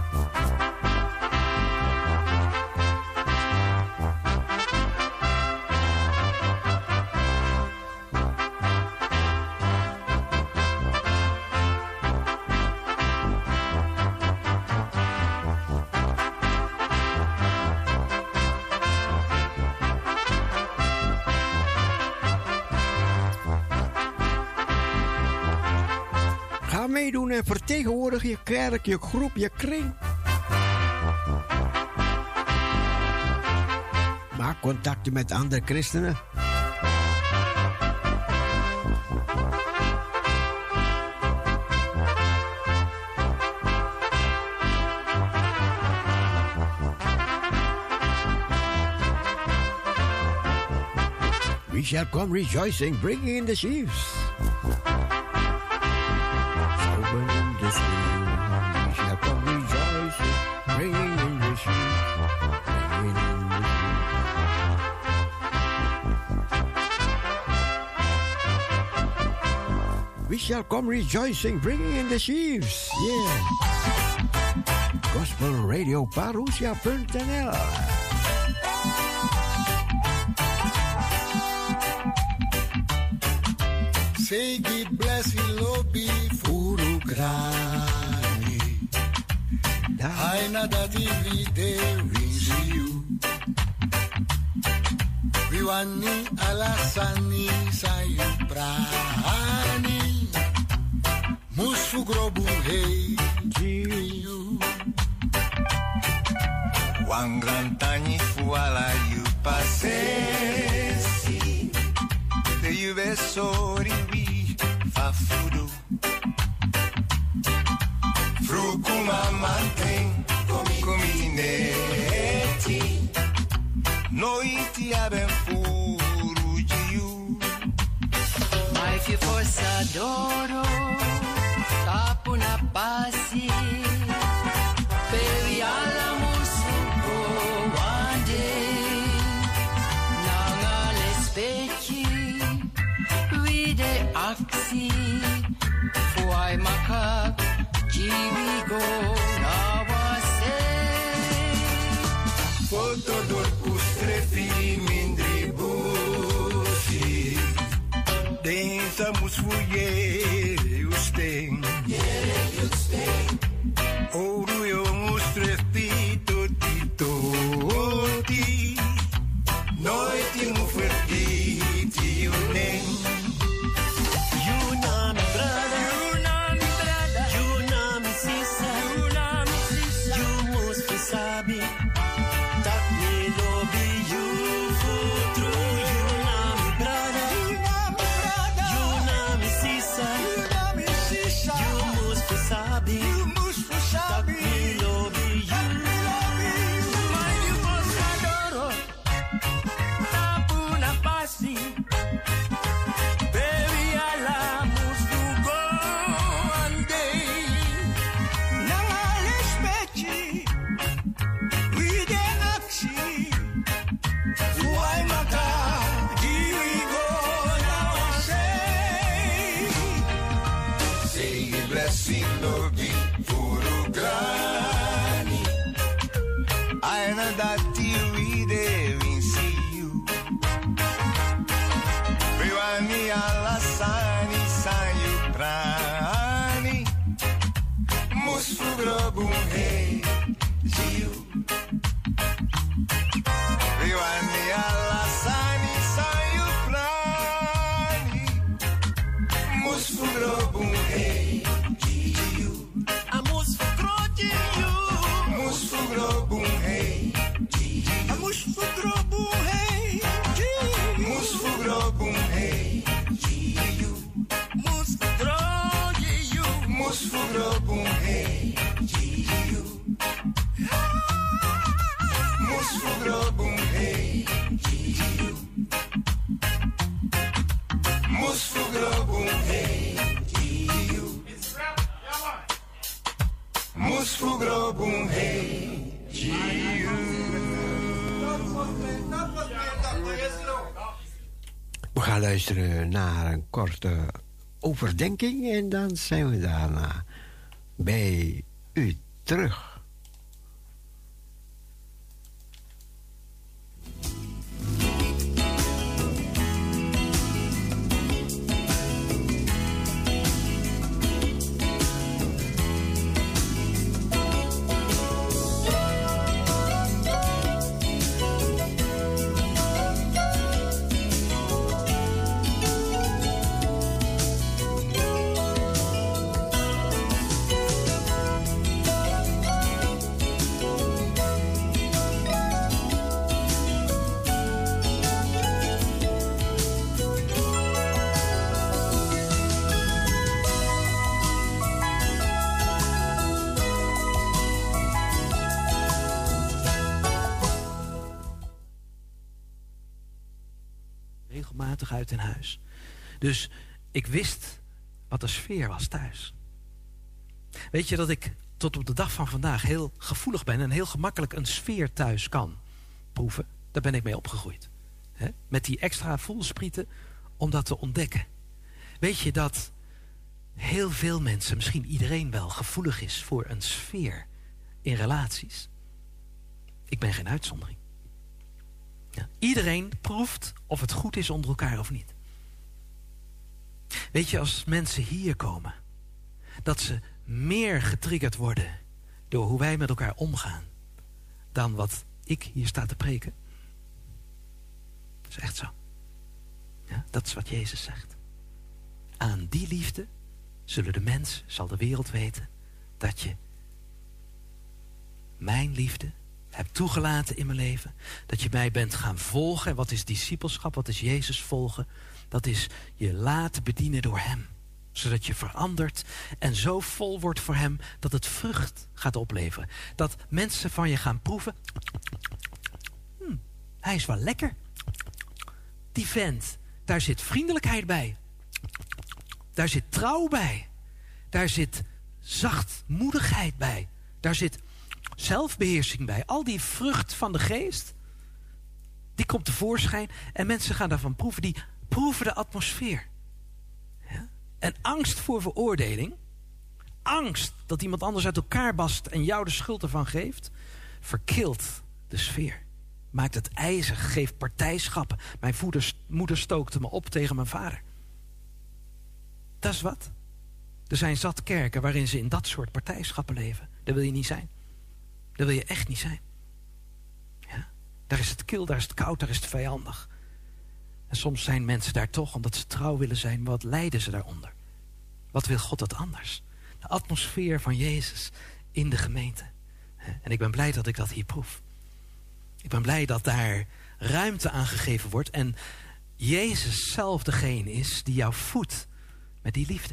Meedoen en vertegenwoordig je kerk, je groep, je kring. Maak contacten met andere christenen. We shall come rejoicing, bringing in the sheaves. We shall come rejoicing, bringing in the sheaves. Yeah. Gospel Radio Parousia punt n l. Segi blessi lobi furu grani. Aina dati vide visiu. Viwani alasani sayu prani. Musfu grobu hei jiu. Wangrantani fuala yu pasesi. De juve sori wi fafudu. Frukuma manten comineti. Noi ti abbiamo furu jiu. Ma if you forse adoro. Tapo na pasi, baby, alla musuko one day. Nanga le specchi, vide axi, fuai macac, jivigo na wase. Foto dor pustrefi mindri busi, densa musfuye usting. Ouro eu mostro tito tito ti. Noite mu fertiti unen. You know me brother, you know me brother, you know me sister, you know me sister. You must be sabi, that me love you for true. You know me brother, you know me brother, you know me sister, you know me sister. You must be sabi. gaan luisteren naar een korte overdenking en dan zijn we daarna bij u terug. Regelmatig uit in huis. Dus ik wist wat de sfeer was thuis. Weet je dat ik tot op de dag van vandaag heel gevoelig ben en heel gemakkelijk een sfeer thuis kan proeven? Daar ben ik mee opgegroeid. He? Met die extra voelsprieten om dat te ontdekken. Weet je dat heel veel mensen, misschien iedereen wel, gevoelig is voor een sfeer in relaties? Ik ben geen uitzondering. Ja, iedereen proeft of het goed is onder elkaar of niet. Weet je, als mensen hier komen, dat ze meer getriggerd worden door hoe wij met elkaar omgaan dan wat ik hier sta te preken. Dat is echt zo. Ja, dat is wat Jezus zegt. Aan die liefde zullen de mensen, zal de wereld weten, dat je mijn liefde hebt toegelaten in mijn leven. Dat je mij bent gaan volgen. En wat is discipelschap? Wat is Jezus volgen? Dat is je laten bedienen door hem. Zodat je verandert en zo vol wordt voor hem dat het vrucht gaat opleveren. Dat mensen van je gaan proeven. Hm, hij is wel lekker. Die vent, daar zit vriendelijkheid bij. Daar zit trouw bij. Daar zit zachtmoedigheid bij. Daar zit zelfbeheersing bij. Al die vrucht van de geest, die komt tevoorschijn en mensen gaan daarvan proeven. Die proeven de atmosfeer. Ja? En angst voor veroordeling, angst dat iemand anders uit elkaar bast en jou de schuld ervan geeft, verkilt de sfeer. Maakt het ijzig, geeft partijschappen. Mijn voeders, moeder stookte me op tegen mijn vader. Dat is wat. Er zijn zat kerken waarin ze in dat soort partijschappen leven. Daar wil je niet zijn. Daar wil je echt niet zijn. Ja? Daar is het kil, daar is het koud, daar is het vijandig. En soms zijn mensen daar toch, omdat ze trouw willen zijn, wat lijden ze daaronder? Wat wil God dat anders? De atmosfeer van Jezus in de gemeente. En ik ben blij dat ik dat hier proef. Ik ben blij dat daar ruimte aan gegeven wordt. En Jezus zelf degene is die jou voedt met die liefde.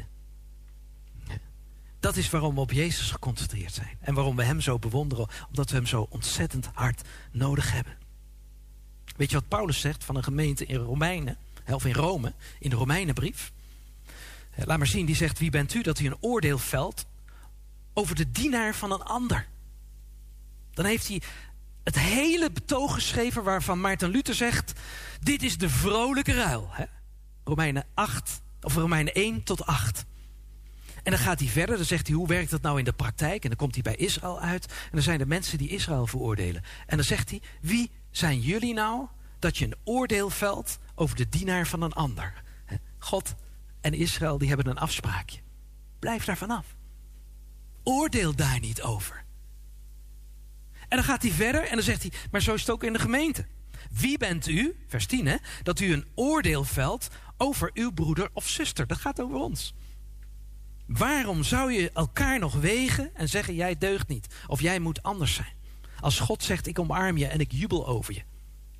Dat is waarom we op Jezus geconcentreerd zijn. En waarom we hem zo bewonderen. Omdat we hem zo ontzettend hard nodig hebben. Weet je wat Paulus zegt van een gemeente in Romeinen, of in Rome, in de Romeinenbrief? Laat maar zien, die zegt: wie bent u dat u een oordeel velt over de dienaar van een ander? Dan heeft hij het hele betoog geschreven waarvan Maarten Luther zegt: dit is de vrolijke ruil. Hè? Romeinen acht, of Romeinen één tot acht. En dan gaat hij verder, dan zegt hij: hoe werkt dat nou in de praktijk? En dan komt hij bij Israël uit. En dan zijn er mensen die Israël veroordelen. En dan zegt hij: wie zijn jullie nou dat je een oordeel velt over de dienaar van een ander? God en Israël, die hebben een afspraakje. Blijf daar vanaf. Oordeel daar niet over. En dan gaat hij verder en dan zegt hij: maar zo is het ook in de gemeente. Wie bent u, vers tien, hè, dat u een oordeel velt over uw broeder of zuster? Dat gaat over ons. Waarom zou je elkaar nog wegen en zeggen: jij deugt niet, of jij moet anders zijn? Als God zegt: ik omarm je en ik jubel over je.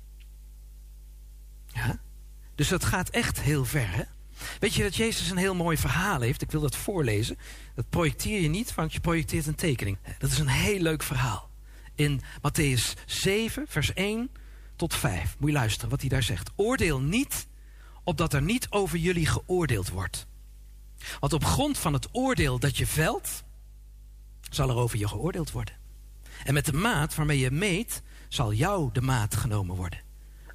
Ja? Dus dat gaat echt heel ver, hè? Weet je dat Jezus een heel mooi verhaal heeft? Ik wil dat voorlezen. Dat projecteer je niet, want je projecteert een tekening. Dat is een heel leuk verhaal. In Mattheüs zeven, vers één tot vijf. Moet je luisteren wat hij daar zegt. Oordeel niet, opdat er niet over jullie geoordeeld wordt. Want op grond van het oordeel dat je velt, zal er over je geoordeeld worden. En met de maat waarmee je meet, zal jou de maat genomen worden.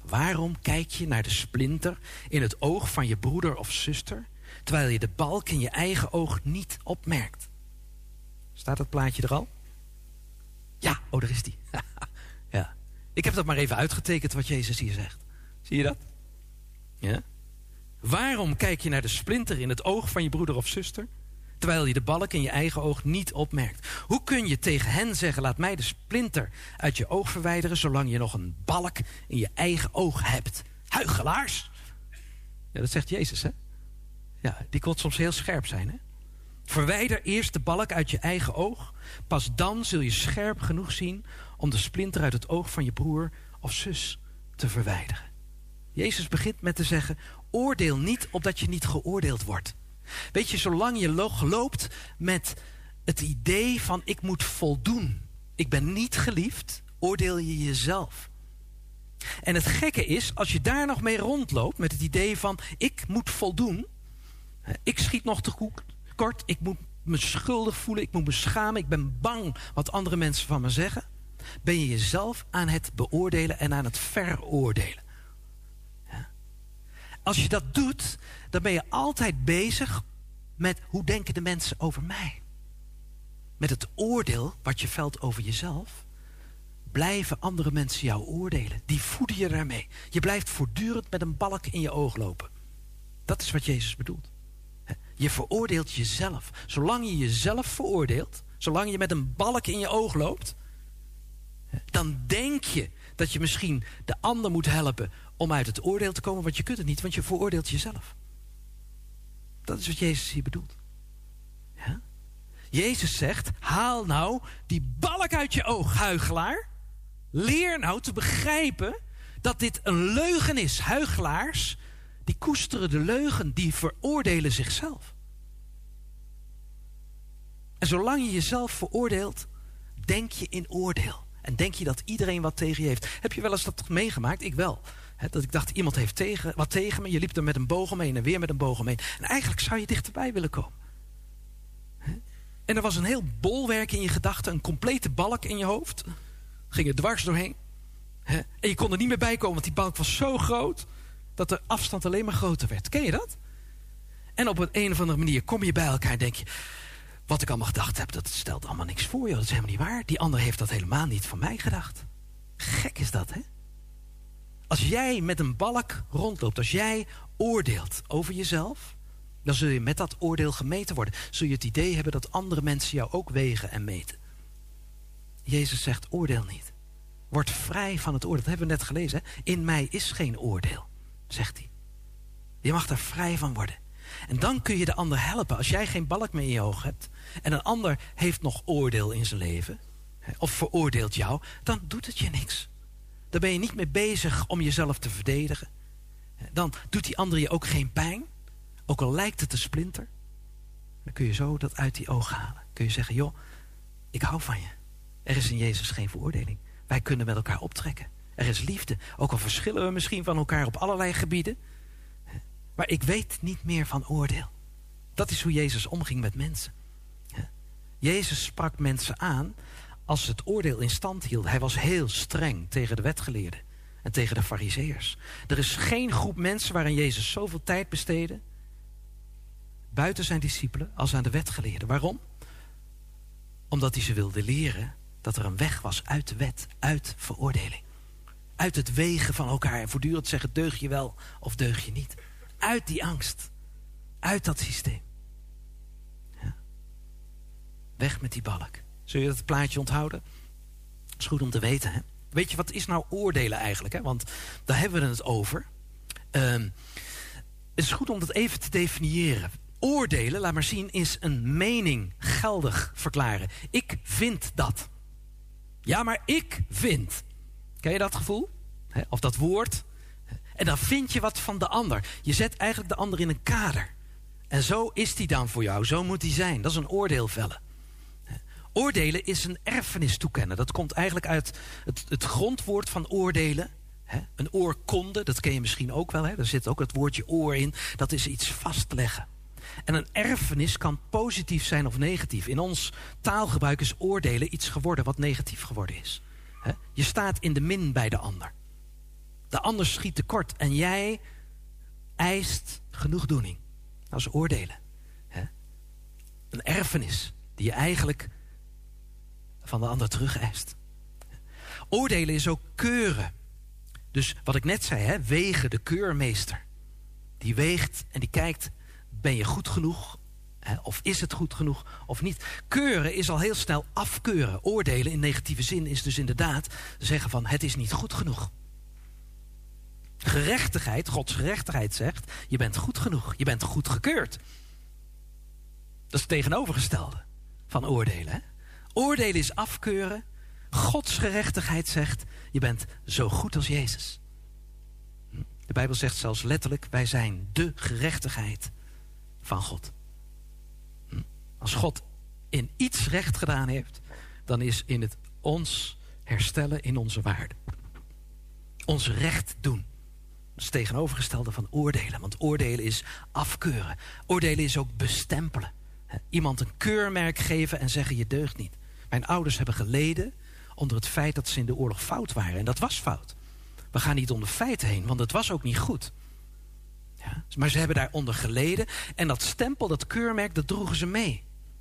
Waarom kijk je naar de splinter in het oog van je broeder of zuster, terwijl je de balk in je eigen oog niet opmerkt? Staat dat plaatje er al? Ja, oh, daar is die. Ja. Ik heb dat maar even uitgetekend wat Jezus hier zegt. Zie je dat? Ja? Waarom kijk je naar de splinter in het oog van je broeder of zuster, terwijl je de balk in je eigen oog niet opmerkt? Hoe kun je tegen hen zeggen, laat mij de splinter uit je oog verwijderen, zolang je nog een balk in je eigen oog hebt? Huichelaars! Ja, dat zegt Jezus, hè? Ja, die kon soms heel scherp zijn, hè? Verwijder eerst de balk uit je eigen oog. Pas dan zul je scherp genoeg zien om de splinter uit het oog van je broer of zus te verwijderen. Jezus begint met te zeggen, oordeel niet opdat je niet geoordeeld wordt. Weet je, zolang je loopt met het idee van ik moet voldoen, ik ben niet geliefd, oordeel je jezelf. En het gekke is, als je daar nog mee rondloopt met het idee van ik moet voldoen, ik schiet nog te kort, ik moet me schuldig voelen, ik moet me schamen, ik ben bang wat andere mensen van me zeggen, ben je jezelf aan het beoordelen en aan het veroordelen. Ja. Als je dat doet, dan ben je altijd bezig met hoe denken de mensen over mij. Met het oordeel wat je velt over jezelf, blijven andere mensen jou oordelen. Die voeden je daarmee. Je blijft voortdurend met een balk in je oog lopen. Dat is wat Jezus bedoelt. Je veroordeelt jezelf. Zolang je jezelf veroordeelt, zolang je met een balk in je oog loopt, dan denk je dat je misschien de ander moet helpen om uit het oordeel te komen, want je kunt het niet, want je veroordeelt jezelf. Dat is wat Jezus hier bedoelt. Ja? Jezus zegt, haal nou die balk uit je oog, huichelaar. Leer nou te begrijpen dat dit een leugen is. Huichelaars, die koesteren de leugen, die veroordelen zichzelf. En zolang je jezelf veroordeelt, denk je in oordeel. En denk je dat iedereen wat tegen je heeft. Heb je wel eens dat meegemaakt? Ik wel. He, dat ik dacht, iemand heeft tegen, wat tegen me. Je liep er met een boog omheen en weer met een boog omheen. En eigenlijk zou je dichterbij willen komen. He? En er was een heel bolwerk in je gedachten. Een complete balk in je hoofd. Ging er dwars doorheen. He? En je kon er niet meer bij komen, want die balk was zo groot dat de afstand alleen maar groter werd. Ken je dat? En op een, een of andere manier kom je bij elkaar en denk je, wat ik allemaal gedacht heb, dat stelt allemaal niks voor. Joh. Dat is helemaal niet waar. Die ander heeft dat helemaal niet van mij gedacht. Gek is dat, hè? Als jij met een balk rondloopt, als jij oordeelt over jezelf, dan zul je met dat oordeel gemeten worden. Zul je het idee hebben dat andere mensen jou ook wegen en meten. Jezus zegt, oordeel niet. Word vrij van het oordeel. Dat hebben we net gelezen. Hè? In mij is geen oordeel, zegt hij. Je mag er vrij van worden. En dan kun je de ander helpen. Als jij geen balk meer in je oog hebt en een ander heeft nog oordeel in zijn leven, of veroordeelt jou, dan doet het je niks. Dan ben je niet meer bezig om jezelf te verdedigen. Dan doet die ander je ook geen pijn. Ook al lijkt het een splinter. Dan kun je zo dat uit die ogen halen. Kun je zeggen, joh, ik hou van je. Er is in Jezus geen veroordeling. Wij kunnen met elkaar optrekken. Er is liefde. Ook al verschillen we misschien van elkaar op allerlei gebieden. Maar ik weet niet meer van oordeel. Dat is hoe Jezus omging met mensen. Jezus sprak mensen aan als ze het oordeel in stand hielden. Hij was heel streng tegen de wetgeleerden en tegen de farizeeërs. Er is geen groep mensen waarin Jezus zoveel tijd besteedde buiten zijn discipelen als aan de wetgeleerden. Waarom? Omdat hij ze wilde leren dat er een weg was uit de wet, uit veroordeling. Uit het wegen van elkaar en voortdurend zeggen, deug je wel of deug je niet. Uit die angst. Uit dat systeem. Ja. Weg met die balk. Zul je dat plaatje onthouden? Dat is goed om te weten. Hè? Weet je, wat is nou oordelen eigenlijk? Hè? Want daar hebben we het over. Um, het is goed om dat even te definiëren. Oordelen, laat maar zien, is een mening geldig verklaren. Ik vind dat. Ja, maar ik vind. Ken je dat gevoel? Hè? Of dat woord? En dan vind je wat van de ander. Je zet eigenlijk de ander in een kader. En zo is die dan voor jou. Zo moet die zijn. Dat is een oordeel vellen. Oordelen is een erfenis toekennen. Dat komt eigenlijk uit het, het grondwoord van oordelen. Een oorkonde, dat ken je misschien ook wel. Hè? Daar zit ook het woordje oor in. Dat is iets vastleggen. En een erfenis kan positief zijn of negatief. In ons taalgebruik is oordelen iets geworden wat negatief geworden is. Je staat in de min bij de ander. De ander schiet tekort en jij eist genoegdoening. Dat is oordelen. Hè? Een erfenis die je eigenlijk van de ander terug eist. Oordelen is ook keuren. Dus wat ik net zei, hè, wegen, de keurmeester. Die weegt en die kijkt, ben je goed genoeg? Hè, of is het goed genoeg of niet? Keuren is al heel snel afkeuren. Oordelen in negatieve zin is dus inderdaad zeggen van het is niet goed genoeg. Gerechtigheid, Gods gerechtigheid zegt, je bent goed genoeg. Je bent goed gekeurd. Dat is het tegenovergestelde van oordelen. Hè? Oordelen is afkeuren. Gods gerechtigheid zegt, je bent zo goed als Jezus. De Bijbel zegt zelfs letterlijk, wij zijn de gerechtigheid van God. Als God in iets recht gedaan heeft, dan is in het ons herstellen in onze waarde. Ons recht doen. Dat is het tegenovergestelde van oordelen. Want oordelen is afkeuren. Oordelen is ook bestempelen. Iemand een keurmerk geven en zeggen je deugt niet. Mijn ouders hebben geleden onder het feit dat ze in de oorlog fout waren. En dat was fout. We gaan niet om de feiten heen, want het was ook niet goed. Ja, maar ze hebben daaronder geleden. En dat stempel, dat keurmerk, dat droegen ze mee.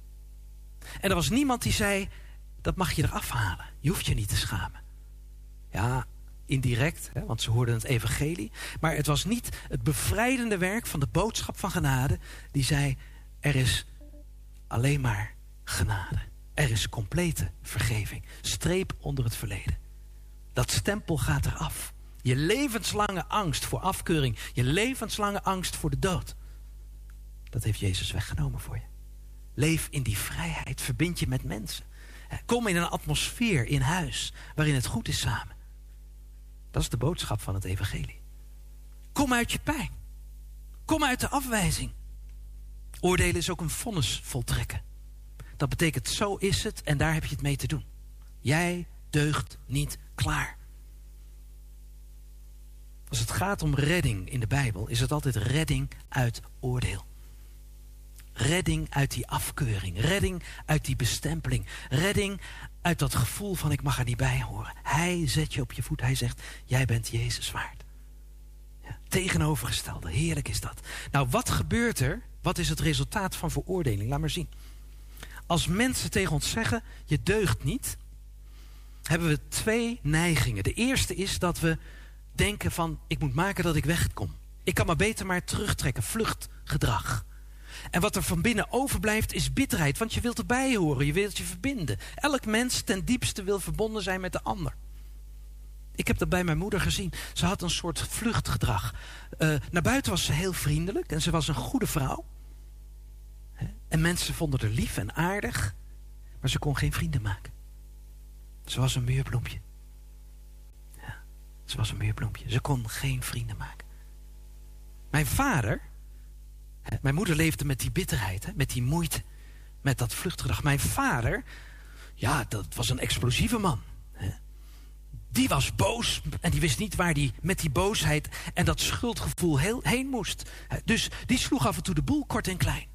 En er was niemand die zei, dat mag je eraf halen. Je hoeft je niet te schamen. Ja, indirect, hè, want ze hoorden het evangelie. Maar het was niet het bevrijdende werk van de boodschap van genade. Die zei, er is alleen maar genade. Er is complete vergeving. Streep onder het verleden. Dat stempel gaat eraf. Je levenslange angst voor afkeuring. Je levenslange angst voor de dood. Dat heeft Jezus weggenomen voor je. Leef in die vrijheid. Verbind je met mensen. Kom in een atmosfeer in huis waarin het goed is samen. Dat is de boodschap van het evangelie. Kom uit je pijn. Kom uit de afwijzing. Oordelen is ook een vonnis voltrekken. Dat betekent zo is het en daar heb je het mee te doen. Jij deugt niet klaar. Als het gaat om redding in de Bijbel, is het altijd redding uit oordeel. Redding uit die afkeuring. Redding uit die bestempeling. Redding uit dat gevoel van ik mag er niet bij horen. Hij zet je op je voet. Hij zegt, jij bent Jezus waard. Ja, tegenovergestelde. Heerlijk is dat. Nou, wat gebeurt er? Wat is het resultaat van veroordeling? Laat maar zien. Als mensen tegen ons zeggen, je deugt niet, hebben we twee neigingen. De eerste is dat we denken van, ik moet maken dat ik wegkom. Ik kan maar beter maar terugtrekken. Vluchtgedrag. En wat er van binnen overblijft is bitterheid. Want je wilt erbij horen, je wilt je verbinden. Elk mens ten diepste wil verbonden zijn met de ander. Ik heb dat bij mijn moeder gezien. Ze had een soort vluchtgedrag. Uh, naar buiten was ze heel vriendelijk en ze was een goede vrouw. En mensen vonden haar lief en aardig. Maar ze kon geen vrienden maken. Ze was een muurbloempje. Ja, ze was een muurbloempje. Ze kon geen vrienden maken. Mijn vader... Mijn moeder leefde met die bitterheid, hè, met die moeite, met dat vluchtgedrag. Mijn vader, ja, dat was een explosieve man. Hè. Die was boos en die wist niet waar hij met die boosheid en dat schuldgevoel heel, heen moest. Dus die sloeg af en toe de boel kort en klein.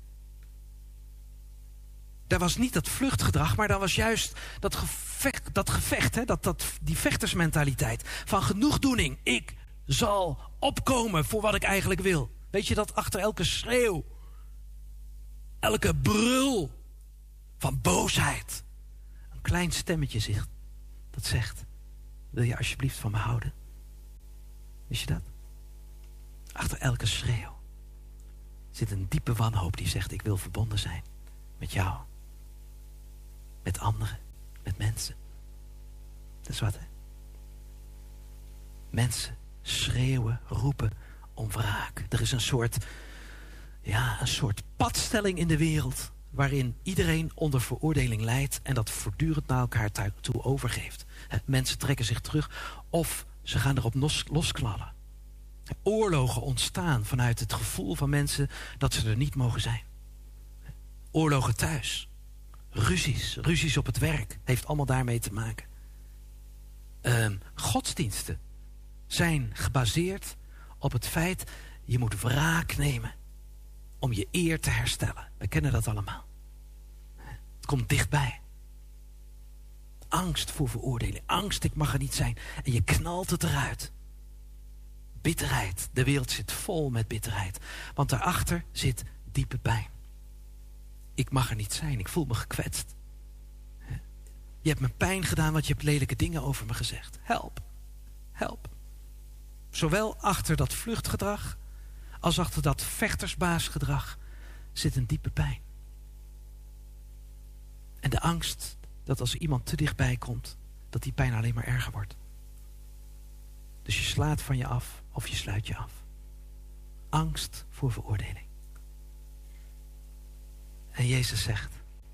Daar was niet dat vluchtgedrag, maar daar was juist dat gevecht, dat gevecht hè, dat, dat, die vechtersmentaliteit van genoegdoening. Ik zal opkomen voor wat ik eigenlijk wil. Weet je dat achter elke schreeuw, elke brul van boosheid, een klein stemmetje zegt, dat zegt, wil je alsjeblieft van me houden? Wist je dat? Achter elke schreeuw zit een diepe wanhoop die zegt, ik wil verbonden zijn met jou, met anderen, met mensen. Dat is wat, hè? Mensen schreeuwen, roepen om wraak. Er is een soort, ja, een soort padstelling in de wereld waarin iedereen onder veroordeling lijdt en dat voortdurend naar elkaar toe overgeeft. Mensen trekken zich terug of ze gaan erop los, losklallen. Oorlogen ontstaan vanuit het gevoel van mensen dat ze er niet mogen zijn. Oorlogen thuis. Ruzies. Ruzies op het werk. Heeft allemaal daarmee te maken. Um, godsdiensten zijn gebaseerd op het feit, je moet wraak nemen om je eer te herstellen. We kennen dat allemaal. Het komt dichtbij. Angst voor veroordeling. Angst, ik mag er niet zijn. En je knalt het eruit. Bitterheid. De wereld zit vol met bitterheid. Want daarachter zit diepe pijn. Ik mag er niet zijn. Ik voel me gekwetst. Je hebt me pijn gedaan, want je hebt lelijke dingen over me gezegd. Help. Help. Zowel achter dat vluchtgedrag als achter dat vechtersbaasgedrag zit een diepe pijn. En de angst dat als iemand te dichtbij komt, dat die pijn alleen maar erger wordt. Dus je slaat van je af of je sluit je af. Angst voor veroordeling. En Jezus zegt,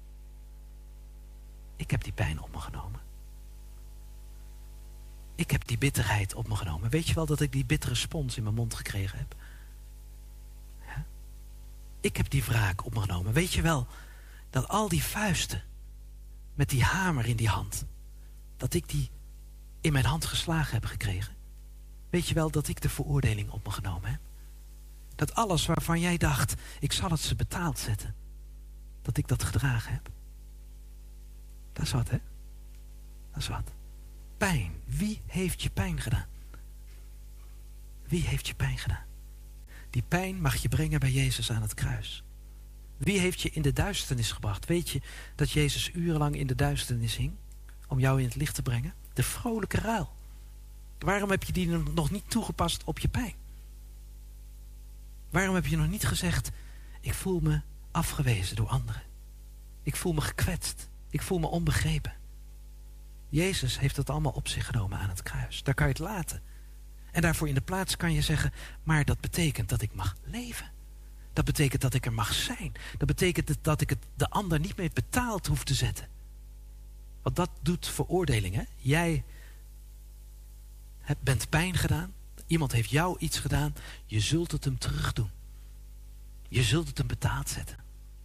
ik heb die pijn op me genomen. Ik heb die bitterheid op me genomen. Weet je wel dat ik die bittere spons in mijn mond gekregen heb? Ja? Ik heb die wraak op me genomen. Weet je wel dat al die vuisten met die hamer in die hand, dat ik die in mijn hand geslagen heb gekregen? Weet je wel dat ik de veroordeling op me genomen heb? Dat alles waarvan jij dacht, ik zal het ze betaald zetten, dat ik dat gedragen heb. Dat is wat, hè? Dat is wat. Pijn. Wie heeft je pijn gedaan? Wie heeft je pijn gedaan? Die pijn mag je brengen bij Jezus aan het kruis. Wie heeft je in de duisternis gebracht? Weet je dat Jezus urenlang in de duisternis hing om jou in het licht te brengen? De vrolijke ruil. Waarom heb je die nog niet toegepast op je pijn? Waarom heb je nog niet gezegd, ik voel me afgewezen door anderen. Ik voel me gekwetst. Ik voel me onbegrepen. Jezus heeft dat allemaal op zich genomen aan het kruis. Daar kan je het laten. En daarvoor in de plaats kan je zeggen, maar dat betekent dat ik mag leven. Dat betekent dat ik er mag zijn. Dat betekent dat ik het de ander niet meer betaald hoef te zetten. Want dat doet veroordeling, hè? Jij hebt, bent pijn gedaan. Iemand heeft jou iets gedaan. Je zult het hem terug doen. Je zult het hem betaald zetten.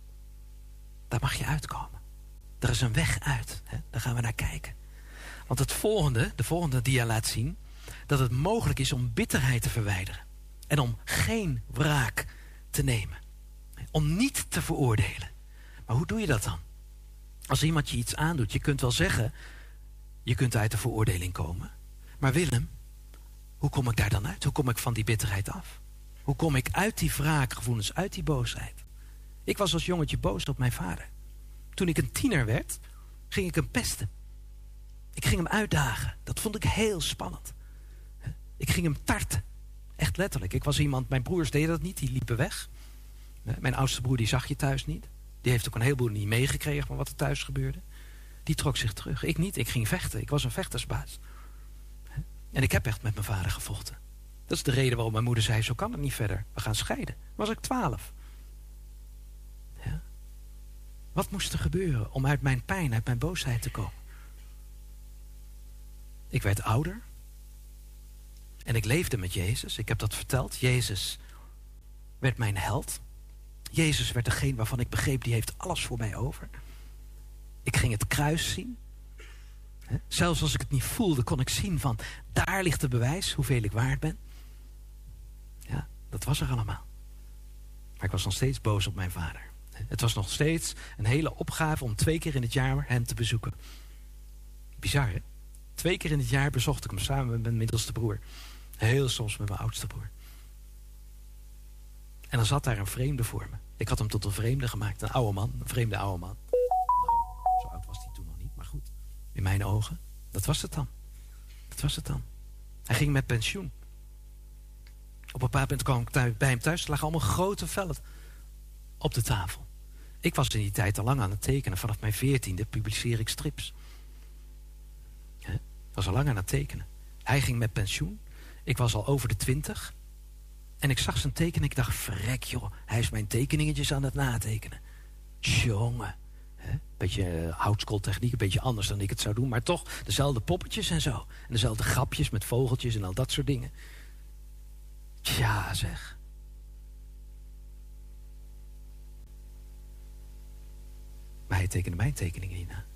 Daar mag je uitkomen. Er is een weg uit. Hè? Daar gaan we naar kijken. Want het volgende, de volgende dia laat zien dat het mogelijk is om bitterheid te verwijderen. En om geen wraak te nemen. Om niet te veroordelen. Maar hoe doe je dat dan? Als iemand je iets aandoet, je kunt wel zeggen, je kunt uit de veroordeling komen. Maar Willem, hoe kom ik daar dan uit? Hoe kom ik van die bitterheid af? Hoe kom ik uit die wraakgevoelens, uit die boosheid? Ik was als jongetje boos op mijn vader. Toen ik een tiener werd, ging ik hem pesten. Ik ging hem uitdagen. Dat vond ik heel spannend. Ik ging hem tarten. Echt letterlijk. Ik was iemand, mijn broers deden dat niet, die liepen weg. Mijn oudste broer die zag je thuis niet. Die heeft ook een heleboel niet meegekregen van wat er thuis gebeurde. Die trok zich terug. Ik niet, ik ging vechten. Ik was een vechtersbaas. En ik heb echt met mijn vader gevochten. Dat is de reden waarom mijn moeder zei, zo kan het niet verder. We gaan scheiden. Was ik twaalf. Ja. Wat moest er gebeuren om uit mijn pijn, uit mijn boosheid te komen? Ik werd ouder. En ik leefde met Jezus. Ik heb dat verteld. Jezus werd mijn held. Jezus werd degene waarvan ik begreep, die heeft alles voor mij over. Ik ging het kruis zien. Zelfs als ik het niet voelde, kon ik zien van, daar ligt het bewijs hoeveel ik waard ben. Ja, dat was er allemaal. Maar ik was nog steeds boos op mijn vader. Het was nog steeds een hele opgave om twee keer in het jaar hem te bezoeken. Bizar, hè? Twee keer in het jaar bezocht ik hem samen met mijn middelste broer. Heel soms met mijn oudste broer. En dan zat daar een vreemde voor me. Ik had hem tot een vreemde gemaakt. Een oude man, een vreemde oude man. Nou, zo oud was hij toen nog niet, maar goed. In mijn ogen, dat was het dan. Dat was het dan. Hij ging met pensioen. Op een bepaald moment kwam ik thuis, bij hem thuis. Er lagen allemaal grote vellen op de tafel. Ik was in die tijd al lang aan het tekenen. Vanaf mijn veertiende publiceer ik strips. Ik was al lang aan het tekenen. Hij ging met pensioen. Ik was al over de twintig. En ik zag zijn tekenen. Ik dacht, verrek joh. Hij is mijn tekeningetjes aan het natekenen. Jongen. Hè? Beetje uh, houtskooltechniek. Een beetje anders dan ik het zou doen. Maar toch dezelfde poppetjes en zo. En dezelfde grapjes met vogeltjes en al dat soort dingen. Tja zeg. Maar hij tekende mijn tekeningen niet na.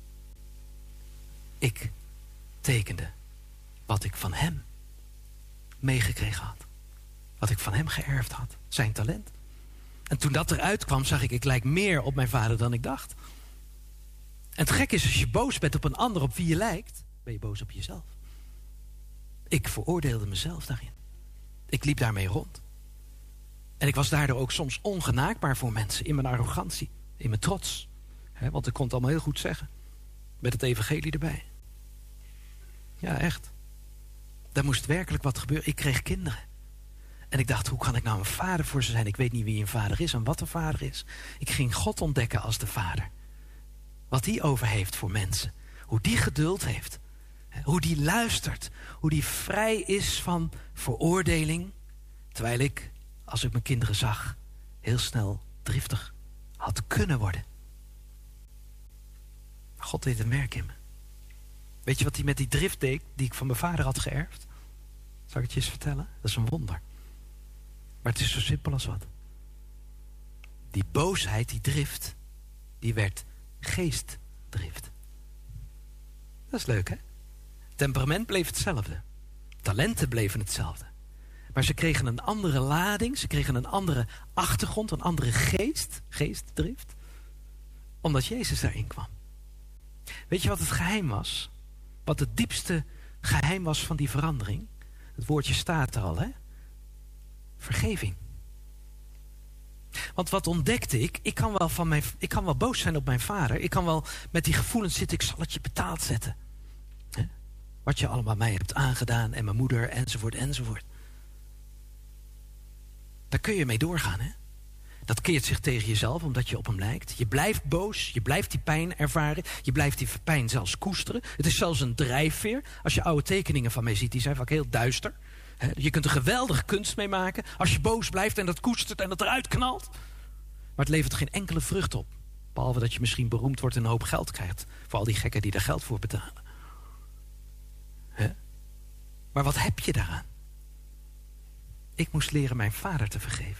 Ik tekende wat ik van hem meegekregen had. Wat ik van hem geërfd had. Zijn talent. En toen dat eruit kwam, zag ik, ik lijk meer op mijn vader dan ik dacht. En het gek is, als je boos bent op een ander op wie je lijkt, ben je boos op jezelf. Ik veroordeelde mezelf daarin. Ik liep daarmee rond. En ik was daardoor ook soms ongenaakbaar voor mensen. In mijn arrogantie, in mijn trots. He, want ik kon het allemaal heel goed zeggen. Met het evangelie erbij. Ja, echt. Daar moest werkelijk wat gebeuren. Ik kreeg kinderen. En ik dacht, hoe kan ik nou een vader voor ze zijn? Ik weet niet wie een vader is en wat een vader is. Ik ging God ontdekken als de vader. Wat die over heeft voor mensen. Hoe die geduld heeft. Hoe die luistert. Hoe die vrij is van veroordeling. Terwijl ik, als ik mijn kinderen zag, heel snel driftig had kunnen worden. Maar God deed een werk in me. Weet je wat hij met die drift deed die ik van mijn vader had geërfd? Zal ik het je eens vertellen? Dat is een wonder. Maar het is zo simpel als wat. Die boosheid, die drift, die werd geestdrift. Dat is leuk, hè? Temperament bleef hetzelfde. Talenten bleven hetzelfde. Maar ze kregen een andere lading, ze kregen een andere achtergrond, een andere geest, geestdrift. Omdat Jezus daarin kwam. Weet je wat het geheim was? Wat het diepste geheim was van die verandering? Het woordje staat er al, hè? Vergeving. Want wat ontdekte ik? Ik kan wel, van mijn, ik kan wel boos zijn op mijn vader. Ik kan wel met die gevoelens zitten, ik zal het je betaald zetten. He? Wat je allemaal mij hebt aangedaan en mijn moeder, enzovoort, enzovoort. Daar kun je mee doorgaan, hè? Dat keert zich tegen jezelf, omdat je op hem lijkt. Je blijft boos, je blijft die pijn ervaren. Je blijft die pijn zelfs koesteren. Het is zelfs een drijfveer. Als je oude tekeningen van mij ziet, die zijn vaak heel duister. He, je kunt er geweldige kunst mee maken. Als je boos blijft en dat koestert en dat eruit knalt. Maar het levert geen enkele vrucht op. Behalve dat je misschien beroemd wordt en een hoop geld krijgt. Voor al die gekken die daar geld voor betalen. He? Maar wat heb je daaraan? Ik moest leren mijn vader te vergeven.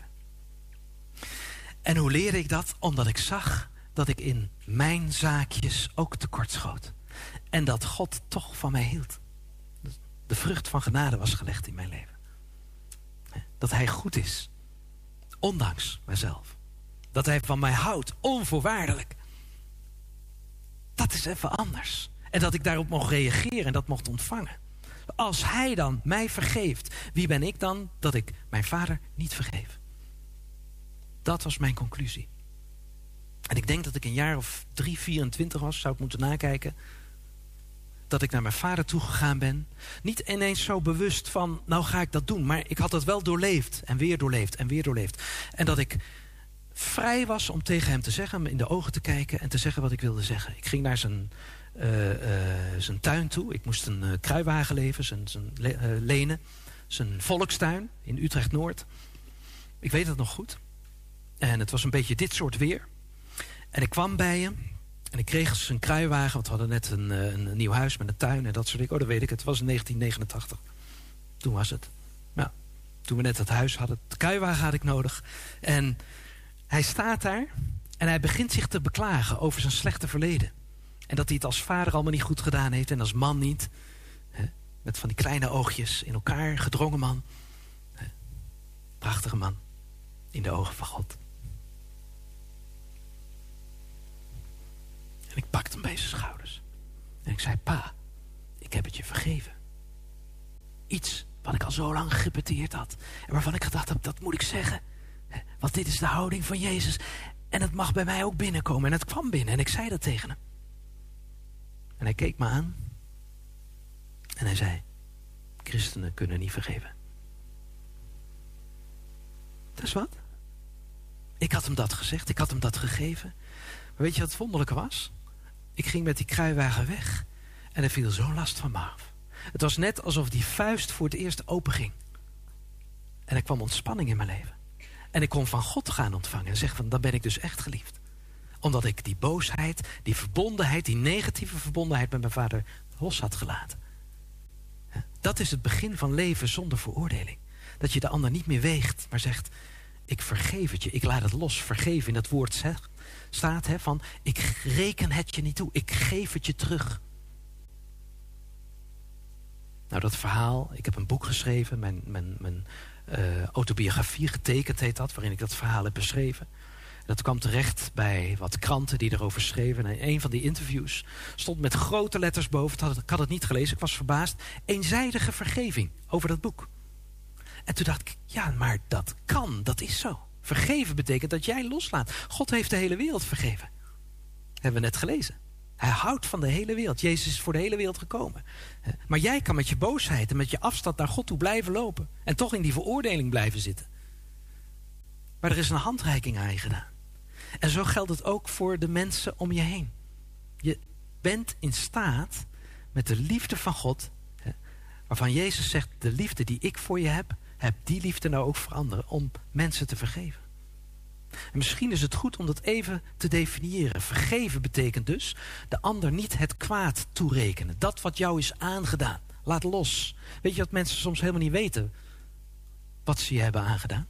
En hoe leerde ik dat? Omdat ik zag dat ik in mijn zaakjes ook tekortschoot. En dat God toch van mij hield. De vrucht van genade was gelegd in mijn leven. Dat hij goed is. Ondanks mijzelf. Dat hij van mij houdt. Onvoorwaardelijk. Dat is even anders. En dat ik daarop mocht reageren en dat mocht ontvangen. Als hij dan mij vergeeft, wie ben ik dan dat ik mijn vader niet vergeef? Dat was mijn conclusie. En ik denk dat ik een jaar of drie, vierentwintig was, zou ik moeten nakijken. Dat ik naar mijn vader toegegaan ben. Niet ineens zo bewust van, nou ga ik dat doen. Maar ik had het wel doorleefd en weer doorleefd en weer doorleefd. En dat ik vrij was om tegen hem te zeggen, hem in de ogen te kijken en te zeggen wat ik wilde zeggen. Ik ging naar zijn, uh, uh, zijn tuin toe. Ik moest een uh, kruiwagen leveren, zijn, zijn le uh, lenen. Zijn volkstuin in Utrecht-Noord. Ik weet het nog goed. En het was een beetje dit soort weer. En ik kwam bij hem. En ik kreeg zijn kruiwagen. Want we hadden net een, een, een nieuw huis met een tuin en dat soort dingen. Oh, dat weet ik. Het was in negentien negenentachtig. Toen was het. Nou, toen we net dat huis hadden. De kruiwagen had ik nodig. En hij staat daar. En hij begint zich te beklagen over zijn slechte verleden. En dat hij het als vader allemaal niet goed gedaan heeft. En als man niet. He, met van die kleine oogjes in elkaar. Gedrongen man. He, prachtige man. In de ogen van God. En ik pakte hem bij zijn schouders. En ik zei, pa, ik heb het je vergeven. Iets wat ik al zo lang gerepeteerd had. En waarvan ik gedacht heb, dat moet ik zeggen. Want dit is de houding van Jezus. En het mag bij mij ook binnenkomen. En het kwam binnen en ik zei dat tegen hem. En hij keek me aan. En hij zei, christenen kunnen niet vergeven. Dat is wat. Ik had hem dat gezegd, ik had hem dat gegeven. Maar weet je wat het wonderlijke was? Ik ging met die kruiwagen weg en er viel zo'n last van me af. Het was net alsof die vuist voor het eerst open ging. En er kwam ontspanning in mijn leven. En ik kon van God gaan ontvangen en zeggen van, dan ben ik dus echt geliefd. Omdat ik die boosheid, die verbondenheid, die negatieve verbondenheid met mijn vader los had gelaten. Dat is het begin van leven zonder veroordeling. Dat je de ander niet meer weegt, maar zegt, ik vergeef het je, ik laat het los. Vergeven in dat woord zegt, staat hè, van, ik reken het je niet toe, ik geef het je terug. Nou, dat verhaal, ik heb een boek geschreven, mijn, mijn, mijn uh, autobiografie getekend heet dat, waarin ik dat verhaal heb beschreven. Dat kwam terecht bij wat kranten die erover schreven. En in een van die interviews stond met grote letters boven, had het, ik had het niet gelezen, ik was verbaasd, eenzijdige vergeving over dat boek. En toen dacht ik, ja, maar dat kan, dat is zo. Vergeven betekent dat jij loslaat. God heeft de hele wereld vergeven. Hebben we net gelezen. Hij houdt van de hele wereld. Jezus is voor de hele wereld gekomen. Maar jij kan met je boosheid en met je afstand naar God toe blijven lopen. En toch in die veroordeling blijven zitten. Maar er is een handreiking aan je gedaan. En zo geldt het ook voor de mensen om je heen. Je bent in staat met de liefde van God, hè, waarvan Jezus zegt, de liefde die ik voor je heb, heb die liefde nou ook voor anderen, om mensen te vergeven. En misschien is het goed om dat even te definiëren. Vergeven betekent dus de ander niet het kwaad toerekenen. Dat wat jou is aangedaan. Laat los. Weet je dat mensen soms helemaal niet weten wat ze je hebben aangedaan?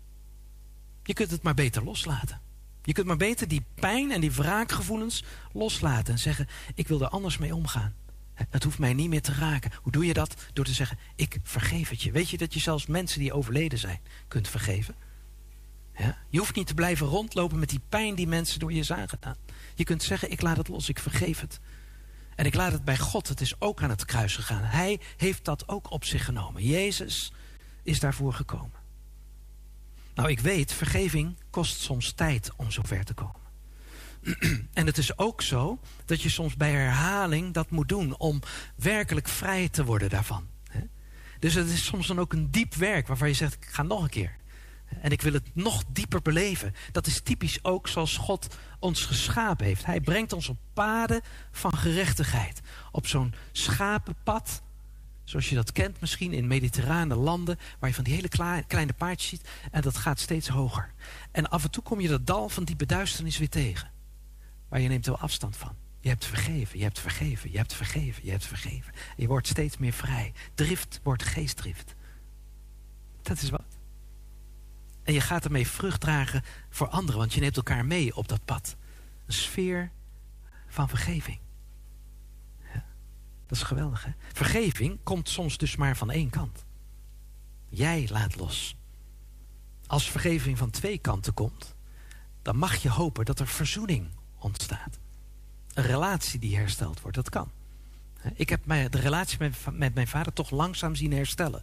Je kunt het maar beter loslaten. Je kunt maar beter die pijn en die wraakgevoelens loslaten. En zeggen, ik wil er anders mee omgaan. Het hoeft mij niet meer te raken. Hoe doe je dat? Door te zeggen, ik vergeef het je. Weet je dat je zelfs mensen die overleden zijn kunt vergeven? Ja? Je hoeft niet te blijven rondlopen met die pijn die mensen door je is aangedaan. Je kunt zeggen, ik laat het los, ik vergeef het. En ik laat het bij God, het is ook aan het kruis gegaan. Hij heeft dat ook op zich genomen. Jezus is daarvoor gekomen. Nou, ik weet, vergeving kost soms tijd om zover te komen. En het is ook zo dat je soms bij herhaling dat moet doen om werkelijk vrij te worden daarvan. Dus het is soms dan ook een diep werk waarvan je zegt, ik ga nog een keer. En ik wil het nog dieper beleven. Dat is typisch ook zoals God ons geschapen heeft. Hij brengt ons op paden van gerechtigheid. Op zo'n schapenpad, zoals je dat kent misschien in mediterrane landen, waar je van die hele kla- kleine paardjes ziet. En dat gaat steeds hoger. En af en toe kom je dat dal van diepe duisternis weer tegen. Maar je neemt er wel afstand van. Je hebt vergeven, je hebt vergeven, je hebt vergeven, je hebt vergeven. En je wordt steeds meer vrij. Drift wordt geestdrift. Dat is wat. En je gaat ermee vrucht dragen voor anderen, want je neemt elkaar mee op dat pad. Een sfeer van vergeving. Ja, dat is geweldig, hè? Vergeving komt soms dus maar van één kant. Jij laat los. Als vergeving van twee kanten komt, dan mag je hopen dat er verzoening ontstaat. Een relatie die hersteld wordt, dat kan. Ik heb de relatie met, met mijn vader toch langzaam zien herstellen.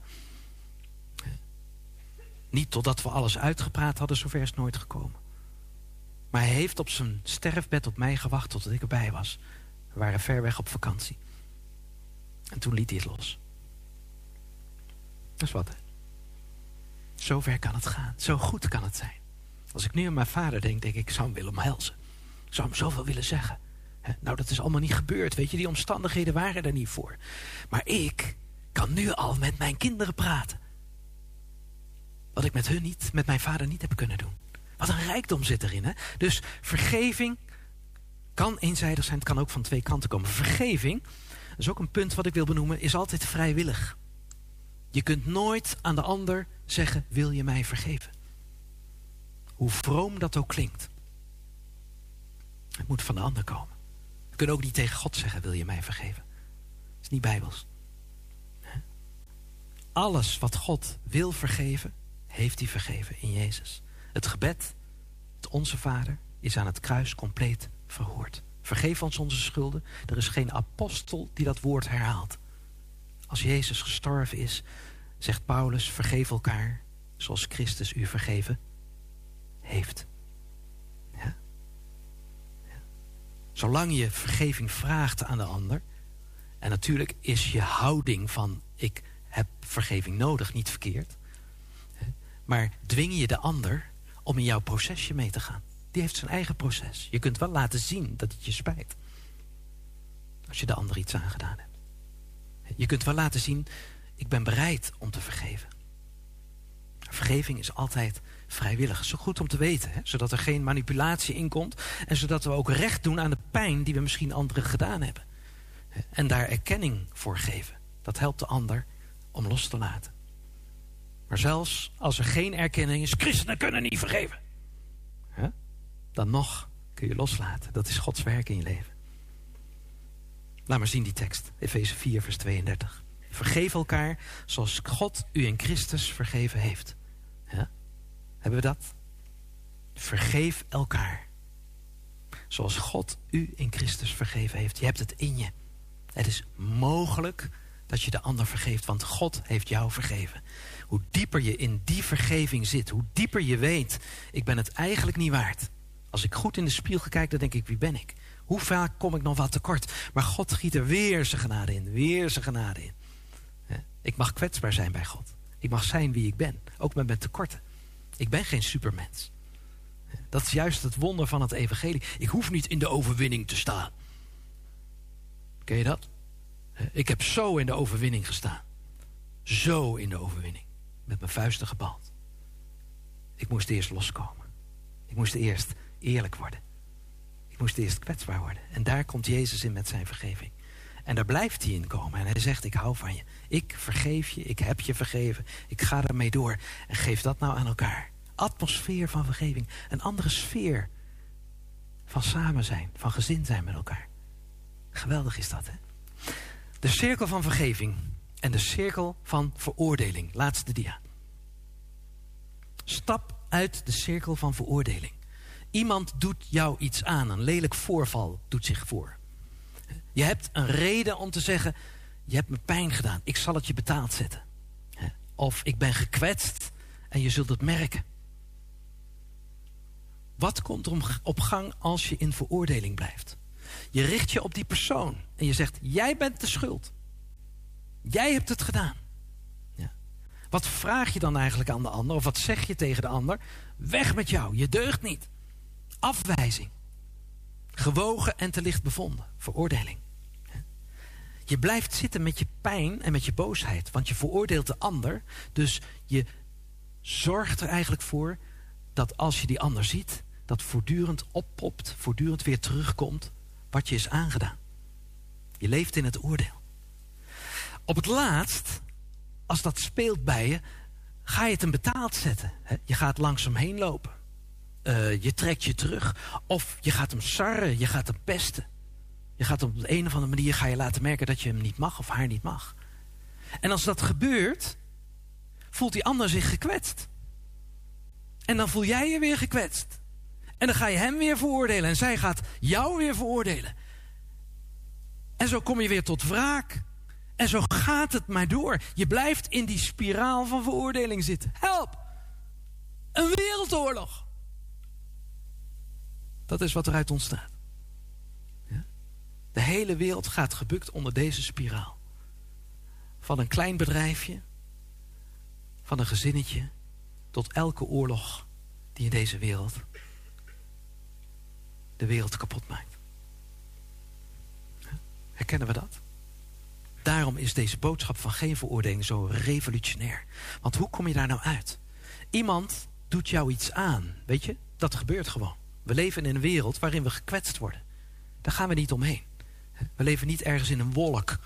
Niet totdat we alles uitgepraat hadden, zover is het nooit gekomen. Maar hij heeft op zijn sterfbed op mij gewacht totdat ik erbij was. We waren ver weg op vakantie. En toen liet hij het los. Dat is wat, hè? Zo ver kan het gaan. Zo goed kan het zijn. Als ik nu aan mijn vader denk, denk ik, ik zou hem willen omhelzen. Ik zou hem zoveel willen zeggen. He, nou, dat is allemaal niet gebeurd. Weet je, die omstandigheden waren er niet voor. Maar ik kan nu al met mijn kinderen praten. Wat ik met hun niet, met mijn vader niet heb kunnen doen. Wat een rijkdom zit erin, hè? Dus vergeving kan eenzijdig zijn. Het kan ook van twee kanten komen. Vergeving, dat is ook een punt wat ik wil benoemen, is altijd vrijwillig. Je kunt nooit aan de ander zeggen, wil je mij vergeven? Hoe vroom dat ook klinkt. Het moet van de ander komen. We kunnen ook niet tegen God zeggen, wil je mij vergeven? Dat is niet bijbels. Alles wat God wil vergeven, heeft hij vergeven in Jezus. Het gebed, het Onze Vader, is aan het kruis compleet verhoord. Vergeef ons onze schulden. Er is geen apostel die dat woord herhaalt. Als Jezus gestorven is, zegt Paulus, vergeef elkaar zoals Christus u vergeven heeft. Ja? Ja. Zolang je vergeving vraagt aan de ander, en natuurlijk is je houding van ik heb vergeving nodig niet verkeerd, maar dwing je de ander om in jouw procesje mee te gaan. Die heeft zijn eigen proces. Je kunt wel laten zien dat het je spijt. Als je de ander iets aangedaan hebt. Je kunt wel laten zien, ik ben bereid om te vergeven. Vergeving is altijd vrijwillig. Zo goed om te weten, hè? Zodat er geen manipulatie in komt. En zodat we ook recht doen aan de pijn die we misschien anderen gedaan hebben. En daar erkenning voor geven. Dat helpt de ander om los te laten. Maar zelfs als er geen erkenning is, christenen kunnen niet vergeven. Huh? Dan nog kun je loslaten. Dat is Gods werk in je leven. Laat maar zien die tekst. Efeze vier vers tweeëndertig. Vergeef elkaar zoals God u in Christus vergeven heeft. Huh? Hebben we dat? Vergeef elkaar. Zoals God u in Christus vergeven heeft. Je hebt het in je. Het is mogelijk dat je de ander vergeeft, want God heeft jou vergeven. Hoe dieper je in die vergeving zit, hoe dieper je weet, ik ben het eigenlijk niet waard. Als ik goed in de spiegel kijk, dan denk ik, wie ben ik? Hoe vaak kom ik nog wat tekort? Maar God giet er weer zijn genade in, weer zijn genade in. Ik mag kwetsbaar zijn bij God. Ik mag zijn wie ik ben, ook met mijn tekorten. Ik ben geen supermens. Dat is juist het wonder van het evangelie. Ik hoef niet in de overwinning te staan. Ken je dat? Ik heb zo in de overwinning gestaan. Zo in de overwinning. Met mijn vuisten gebald. Ik moest eerst loskomen. Ik moest eerst eerlijk worden. Ik moest eerst kwetsbaar worden. En daar komt Jezus in met zijn vergeving. En daar blijft hij in komen. En hij zegt, ik hou van je. Ik vergeef je. Ik heb je vergeven. Ik ga ermee door. En geef dat nou aan elkaar. Atmosfeer van vergeving. Een andere sfeer van samen zijn. Van gezin zijn met elkaar. Geweldig is dat, hè? De cirkel van vergeving. En de cirkel van veroordeling. Laatste dia. Stap uit de cirkel van veroordeling. Iemand doet jou iets aan. Een lelijk voorval doet zich voor. Je hebt een reden om te zeggen, je hebt me pijn gedaan. Ik zal het je betaald zetten. Of ik ben gekwetst en je zult het merken. Wat komt er op gang als je in veroordeling blijft? Je richt je op die persoon en je zegt, jij bent de schuld. Jij hebt het gedaan. Ja. Wat vraag je dan eigenlijk aan de ander? Of wat zeg je tegen de ander? Weg met jou, je deugt niet. Afwijzing. Gewogen en te licht bevonden. Veroordeling. Je blijft zitten met je pijn en met je boosheid. Want je veroordeelt de ander. Dus je zorgt er eigenlijk voor dat als je die ander ziet, dat voortdurend oppopt, voortdurend weer terugkomt wat je is aangedaan. Je leeft in het oordeel. Op het laatst, als dat speelt bij je, ga je het hem betaald zetten. Je gaat langs hem heen lopen. Uh, je trekt je terug. Of je gaat hem sarren, je gaat hem pesten. Je gaat op de een of andere manier ga je laten merken dat je hem niet mag of haar niet mag. En als dat gebeurt, voelt die ander zich gekwetst. En dan voel jij je weer gekwetst. En dan ga je hem weer veroordelen. En zij gaat jou weer veroordelen. En zo kom je weer tot wraak. En zo gaat het maar door. Je blijft in die spiraal van veroordeling zitten. Help! Een wereldoorlog. Dat is wat eruit ontstaat. Ja? De hele wereld gaat gebukt onder deze spiraal. Van een klein bedrijfje, van een gezinnetje, tot elke oorlog die in deze wereld de wereld kapot maakt. Ja? Herkennen we dat? Daarom is deze boodschap van geen veroordeling zo revolutionair. Want hoe kom je daar nou uit? Iemand doet jou iets aan, weet je? Dat gebeurt gewoon. We leven in een wereld waarin we gekwetst worden. Daar gaan we niet omheen. We leven niet ergens in een wolk.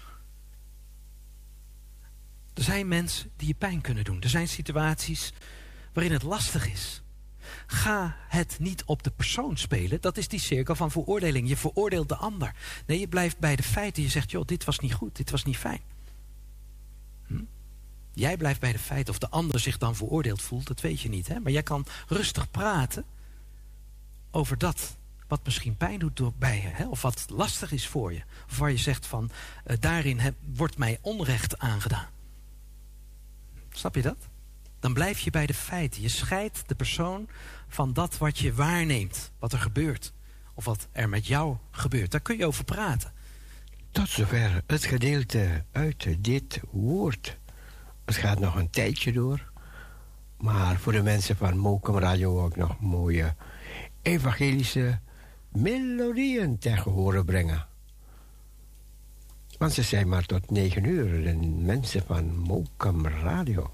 Er zijn mensen die je pijn kunnen doen. Er zijn situaties waarin het lastig is. Ga het niet op de persoon spelen. Dat is die cirkel van veroordeling. Je veroordeelt de ander. Nee, je blijft bij de feiten. Je zegt, joh, dit was niet goed. Dit was niet fijn. Hm? Jij blijft bij de feiten. Of de ander zich dan veroordeeld voelt, dat weet je niet. Hè? Maar jij kan rustig praten over dat wat misschien pijn doet door bij je. Hè? Of wat lastig is voor je. Of waar je zegt van, uh, daarin heb, wordt mij onrecht aangedaan. Snap je dat? Dan blijf je bij de feiten. Je scheidt de persoon van dat wat je waarneemt. Wat er gebeurt. Of wat er met jou gebeurt. Daar kun je over praten. Tot zover het gedeelte uit dit woord. Het gaat nog een tijdje door. Maar voor de mensen van Mokum Radio ook nog mooie evangelische melodieën ten gehore brengen. Want ze zijn maar tot negen uur. De mensen van Mokum Radio.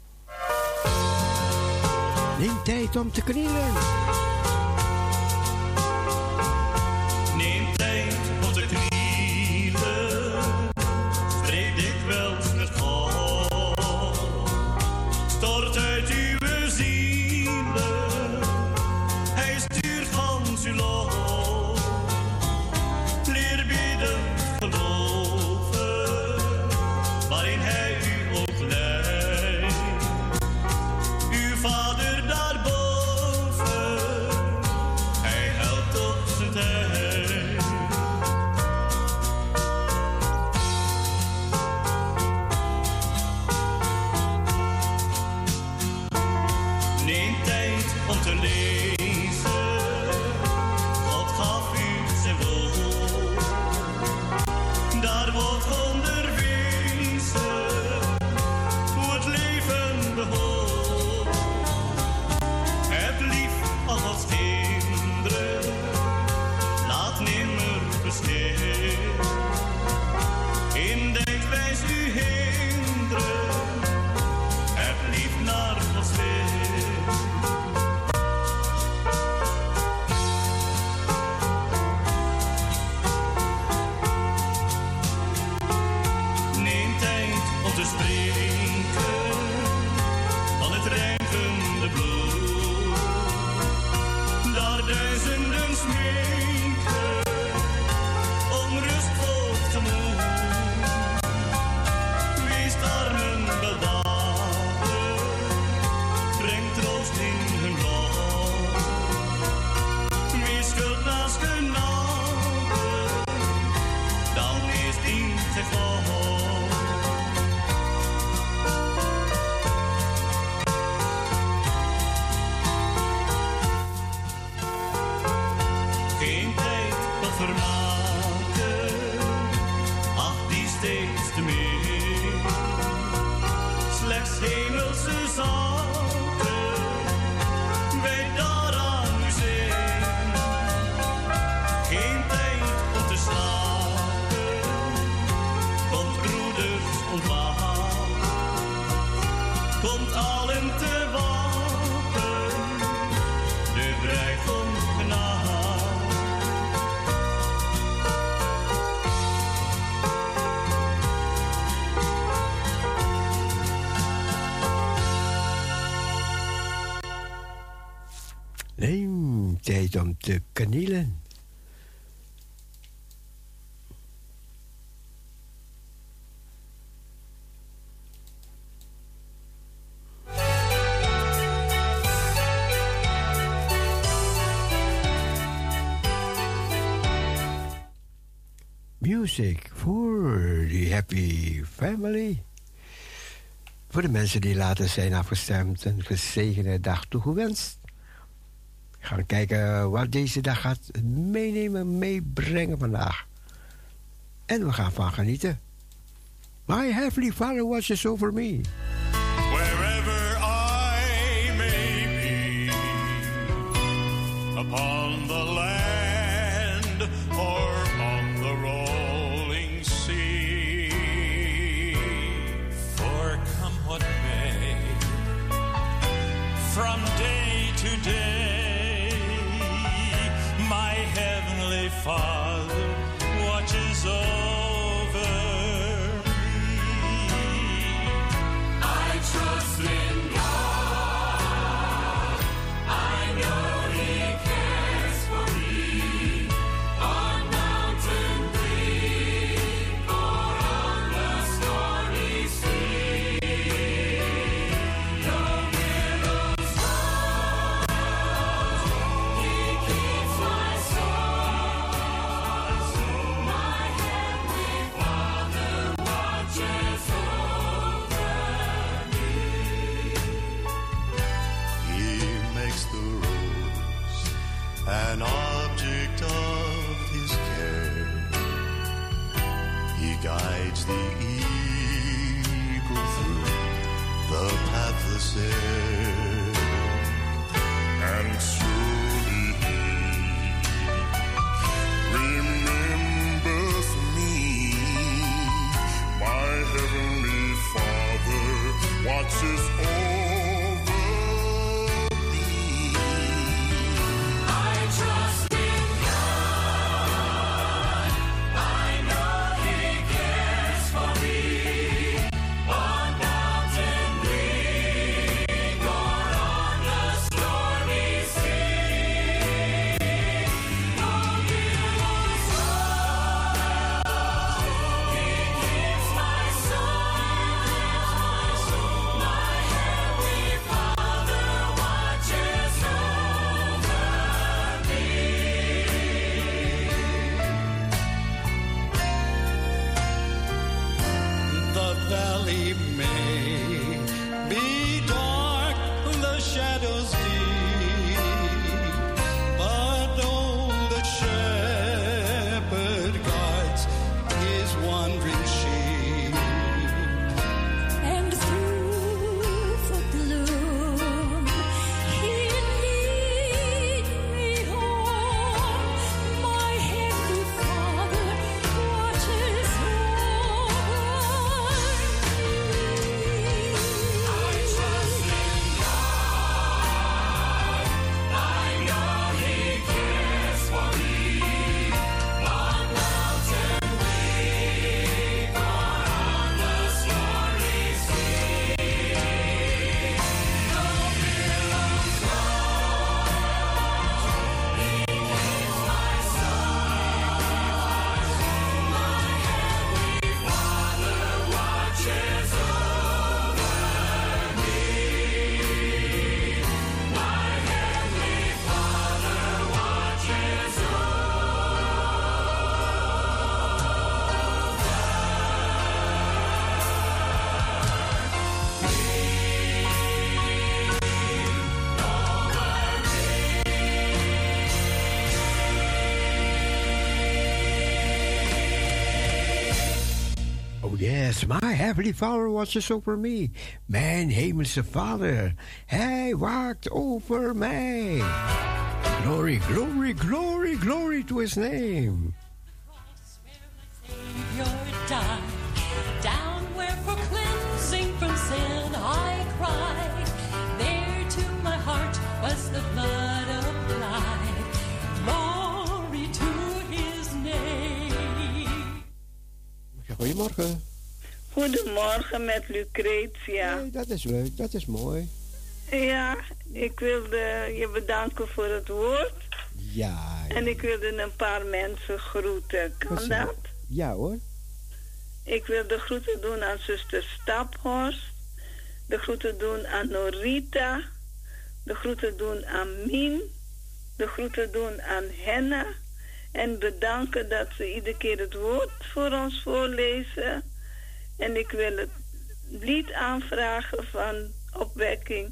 Neem tijd om te knielen. Neem tijd om te knielen. Spreek dikwijls met God. Stort uit uw zielen. Hij stuurt van zijn lof. Leer bidden, geloven. Waarin hij u ook leidt. Uw Vader daarboven schuld naast genade, dan is dient zich God. Geen tijd tot vermaken, ach die steeds te meer. Slechts hemelse zaken, weet daaraan uw zin. Geen tijd om te slapen, komt broeders ontwaken. Komt allen te wachten, de bruidegom genaamd. Nee, tijd om te knielen. Music for the happy family. Voor de mensen die later zijn afgestemd, een gezegende dag toegewenst. We gaan kijken wat deze dag gaat meenemen, meebrengen vandaag. En we gaan van genieten. My Heavenly Father watches over me. Wherever I may be, upon the land or on the rolling sea. For come what may, from day to day, my heavenly Father watches over me. I trust in God, I know He cares for me. On mountain peak or on the stormy sea, no mirrors fall, He keeps my soul. My heavenly Father watches over me. He makes the rose an object of His care. He guides the eagle through the pathless air. And surely He remembers me. My heavenly Father watches over me. I trust in God, I know He cares for me. On mountain peak or on the stormy sea, Oh yes, my heavenly Father watches over me. Mijn hemelse Vader, hij waakt over mij. Glory, glory, glory, glory to his name. Savior died, down where for cleansing from sin I cried. There to my heart was the blood applied. Glory to his name. Goedemorgen. Goedemorgen met Lucretia. Hey, dat is leuk, dat is mooi. Ja, ik wilde je bedanken voor het woord. Ja. ja. En ik wilde een paar mensen groeten. Kan Goed, dat? Ja hoor. Ik wil de groeten doen aan zuster Staphorst. De groeten doen aan Norita. De groeten doen aan Mien. De groeten doen aan Henna. En bedanken dat ze iedere keer het woord voor ons voorlezen. En ik wil het lied aanvragen van opwekking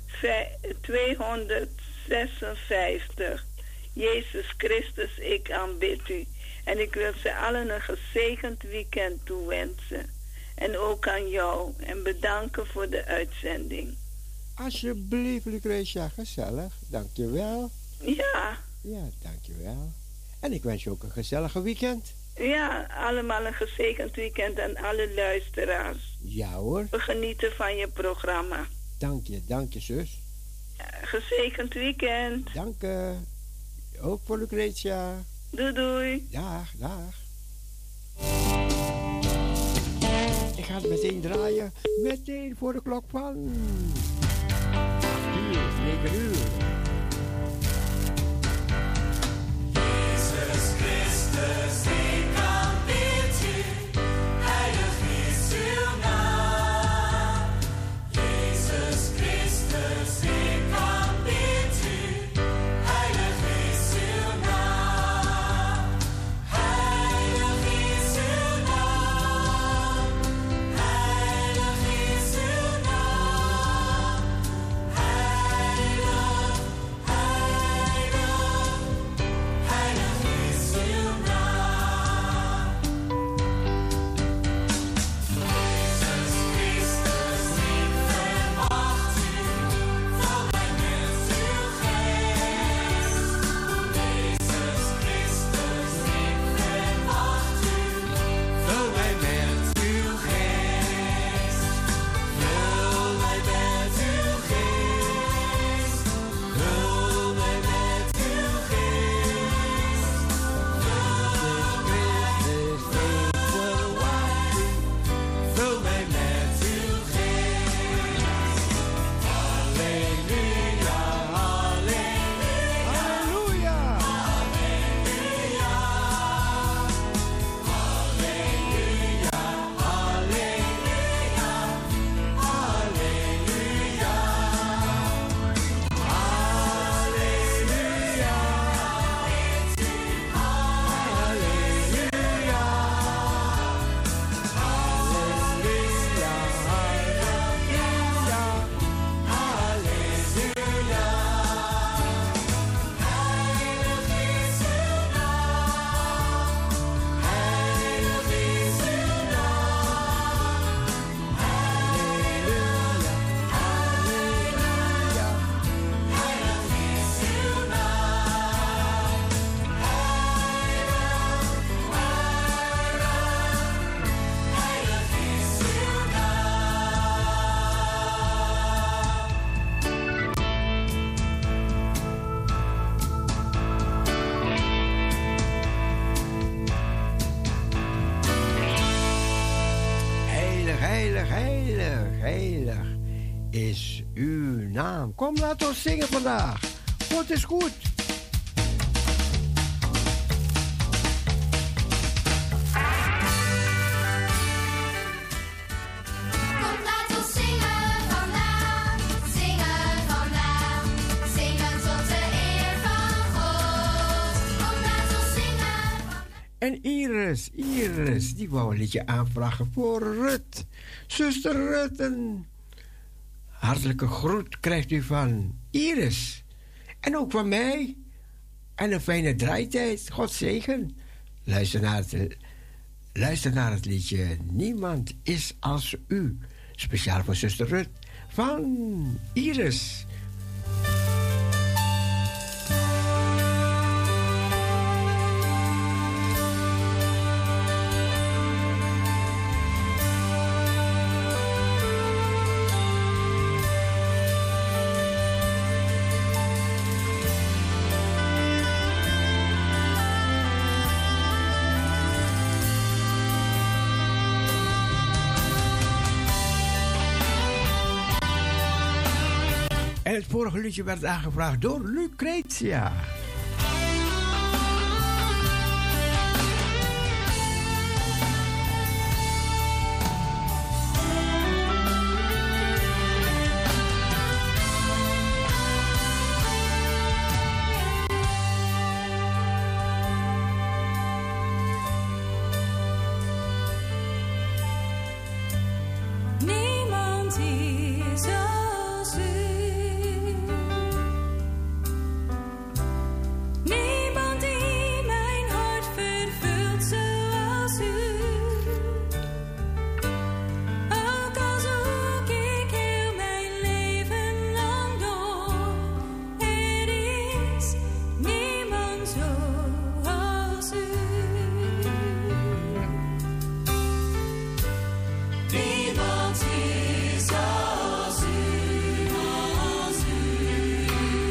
tweehonderdzesenvijftig. Jezus Christus, ik aanbid u. En ik wil ze allen een gezegend weekend toewensen. En ook aan jou. En bedanken voor de uitzending. Alsjeblieft, Lucretia, gezellig. Dankjewel. Ja. Ja, dankjewel. En ik wens je ook een gezellige weekend. Ja, allemaal een gezegend weekend aan alle luisteraars. Ja hoor. We genieten van je programma. Dank je, dank je zus. Ja, gezegend weekend. Dank je. Ook voor Lucretia. Doei doei. Dag, dag. Ik ga het meteen draaien. Meteen voor de klok van negen uur. Jezus Christus, ik aanbid u, heilig is uw naam. Jezus Christus, ik aanbid u, heilig is uw naam. Heilig is uw naam, heilig is uw naam. Heilig, heilig, heilig is uw naam. Jezus Christus, ik verwacht u, vul mij met uw geest. Jezus Christus, ik verwacht u, vul mij met uw geest. Vul mij met uw geest. Vul mij met uw geest. Vul mij met uw geest. Halleluja, halleluja, Halleluja. halleluja. Halleluja, halleluja, halleluja. Halleluja, Heilig, heilig, heilig, heilig is uw naam. Kom, laat ons zingen vandaag. God is goed. Kom, laat ons zingen vandaag, zingen vandaag, zingen tot de eer van God. Kom, laat ons zingen vandaag. En Iris, Iris, die wou een liedje aanvragen voor Rut. Zuster Rut, een hartelijke groet krijgt u van Iris. En ook van mij. En een fijne draaitijd. God zegen. Luister naar het luister naar het liedje Niemand is als u. Speciaal voor zuster Rut van Iris. En het vorige liedje werd aangevraagd door Lucretia. Niemand is als u. Niemand die mijn hart vervult zoals u. Ook al zoek ik heel mijn leven lang door, er is niemand zoals u. Niemand is als u, als u.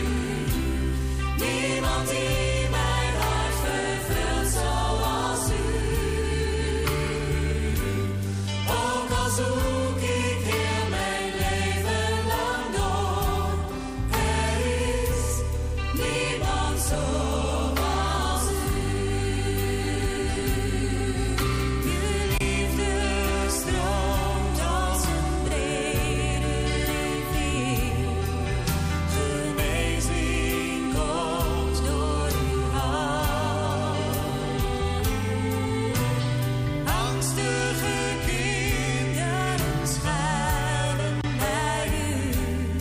Niemand die mijn hart vervult zoals u. Ook al zoek ik heel mijn leven lang door, er is niemand zoals u. Je liefde stroomt als een brede rivier. Genezing komt door uw hand. Angstige kinderen schuilen bij u.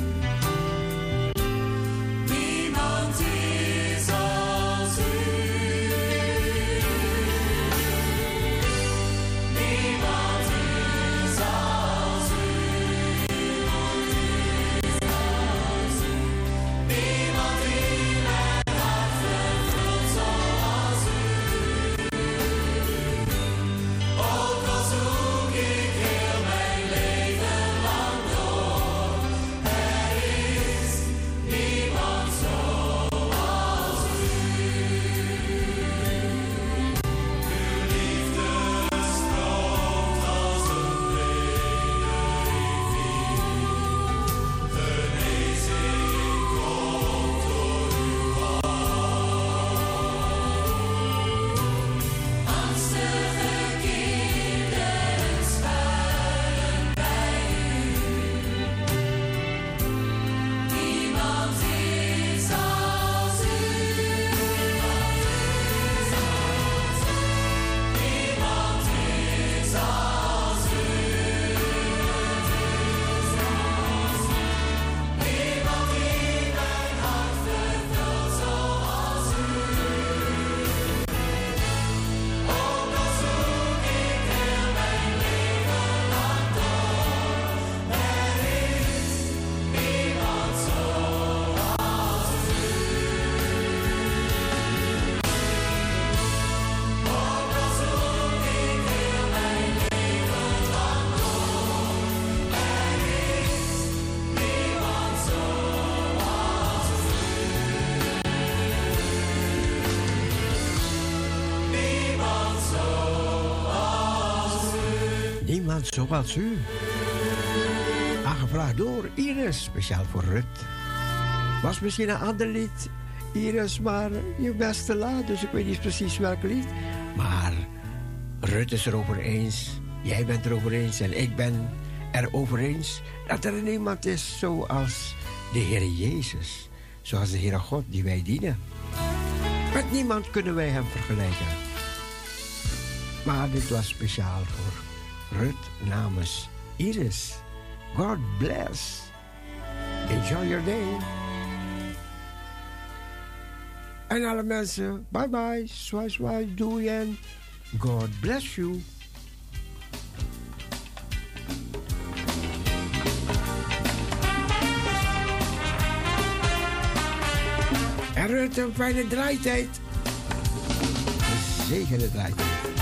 Niemand is als u. Niemand is als u. Niemand die mijn hart vervult zoals u. Ook al zoek ik heel mijn leven lang door, er is niemand zoals u. Uw liefde stroomt als een brede rivier. Genezing komt door uw hand. Angstige kinderen schuilen bij u. Niemand is als u. Niemand is als u. Niemand die mijn hart vervult zoals u. Ook al zoek ik heel mijn leven lang door, er is niemand zoals u. Ook al zoek ik heel mijn leven lang door, er is niemand zoals u. Niemand zoals u. Niemand zoals u. Aangevraagd door Iris, speciaal voor Rut. Was misschien een ander lied, Iris, maar je bent te laat, dus ik weet niet precies welk lied. Maar Rut is erover eens, jij bent erover eens en ik ben erover eens dat er niemand is zoals de Heer Jezus. Zoals de Heere God die wij dienen. Met niemand kunnen wij hem vergelijken. Maar dit was speciaal voor Rut namens Iris. God bless. Enjoy your day. En alle mensen, bye bye, zwaai zwaai, doei en God bless you. Er wordt een fijne draaitijd. Een zegene draaitijd.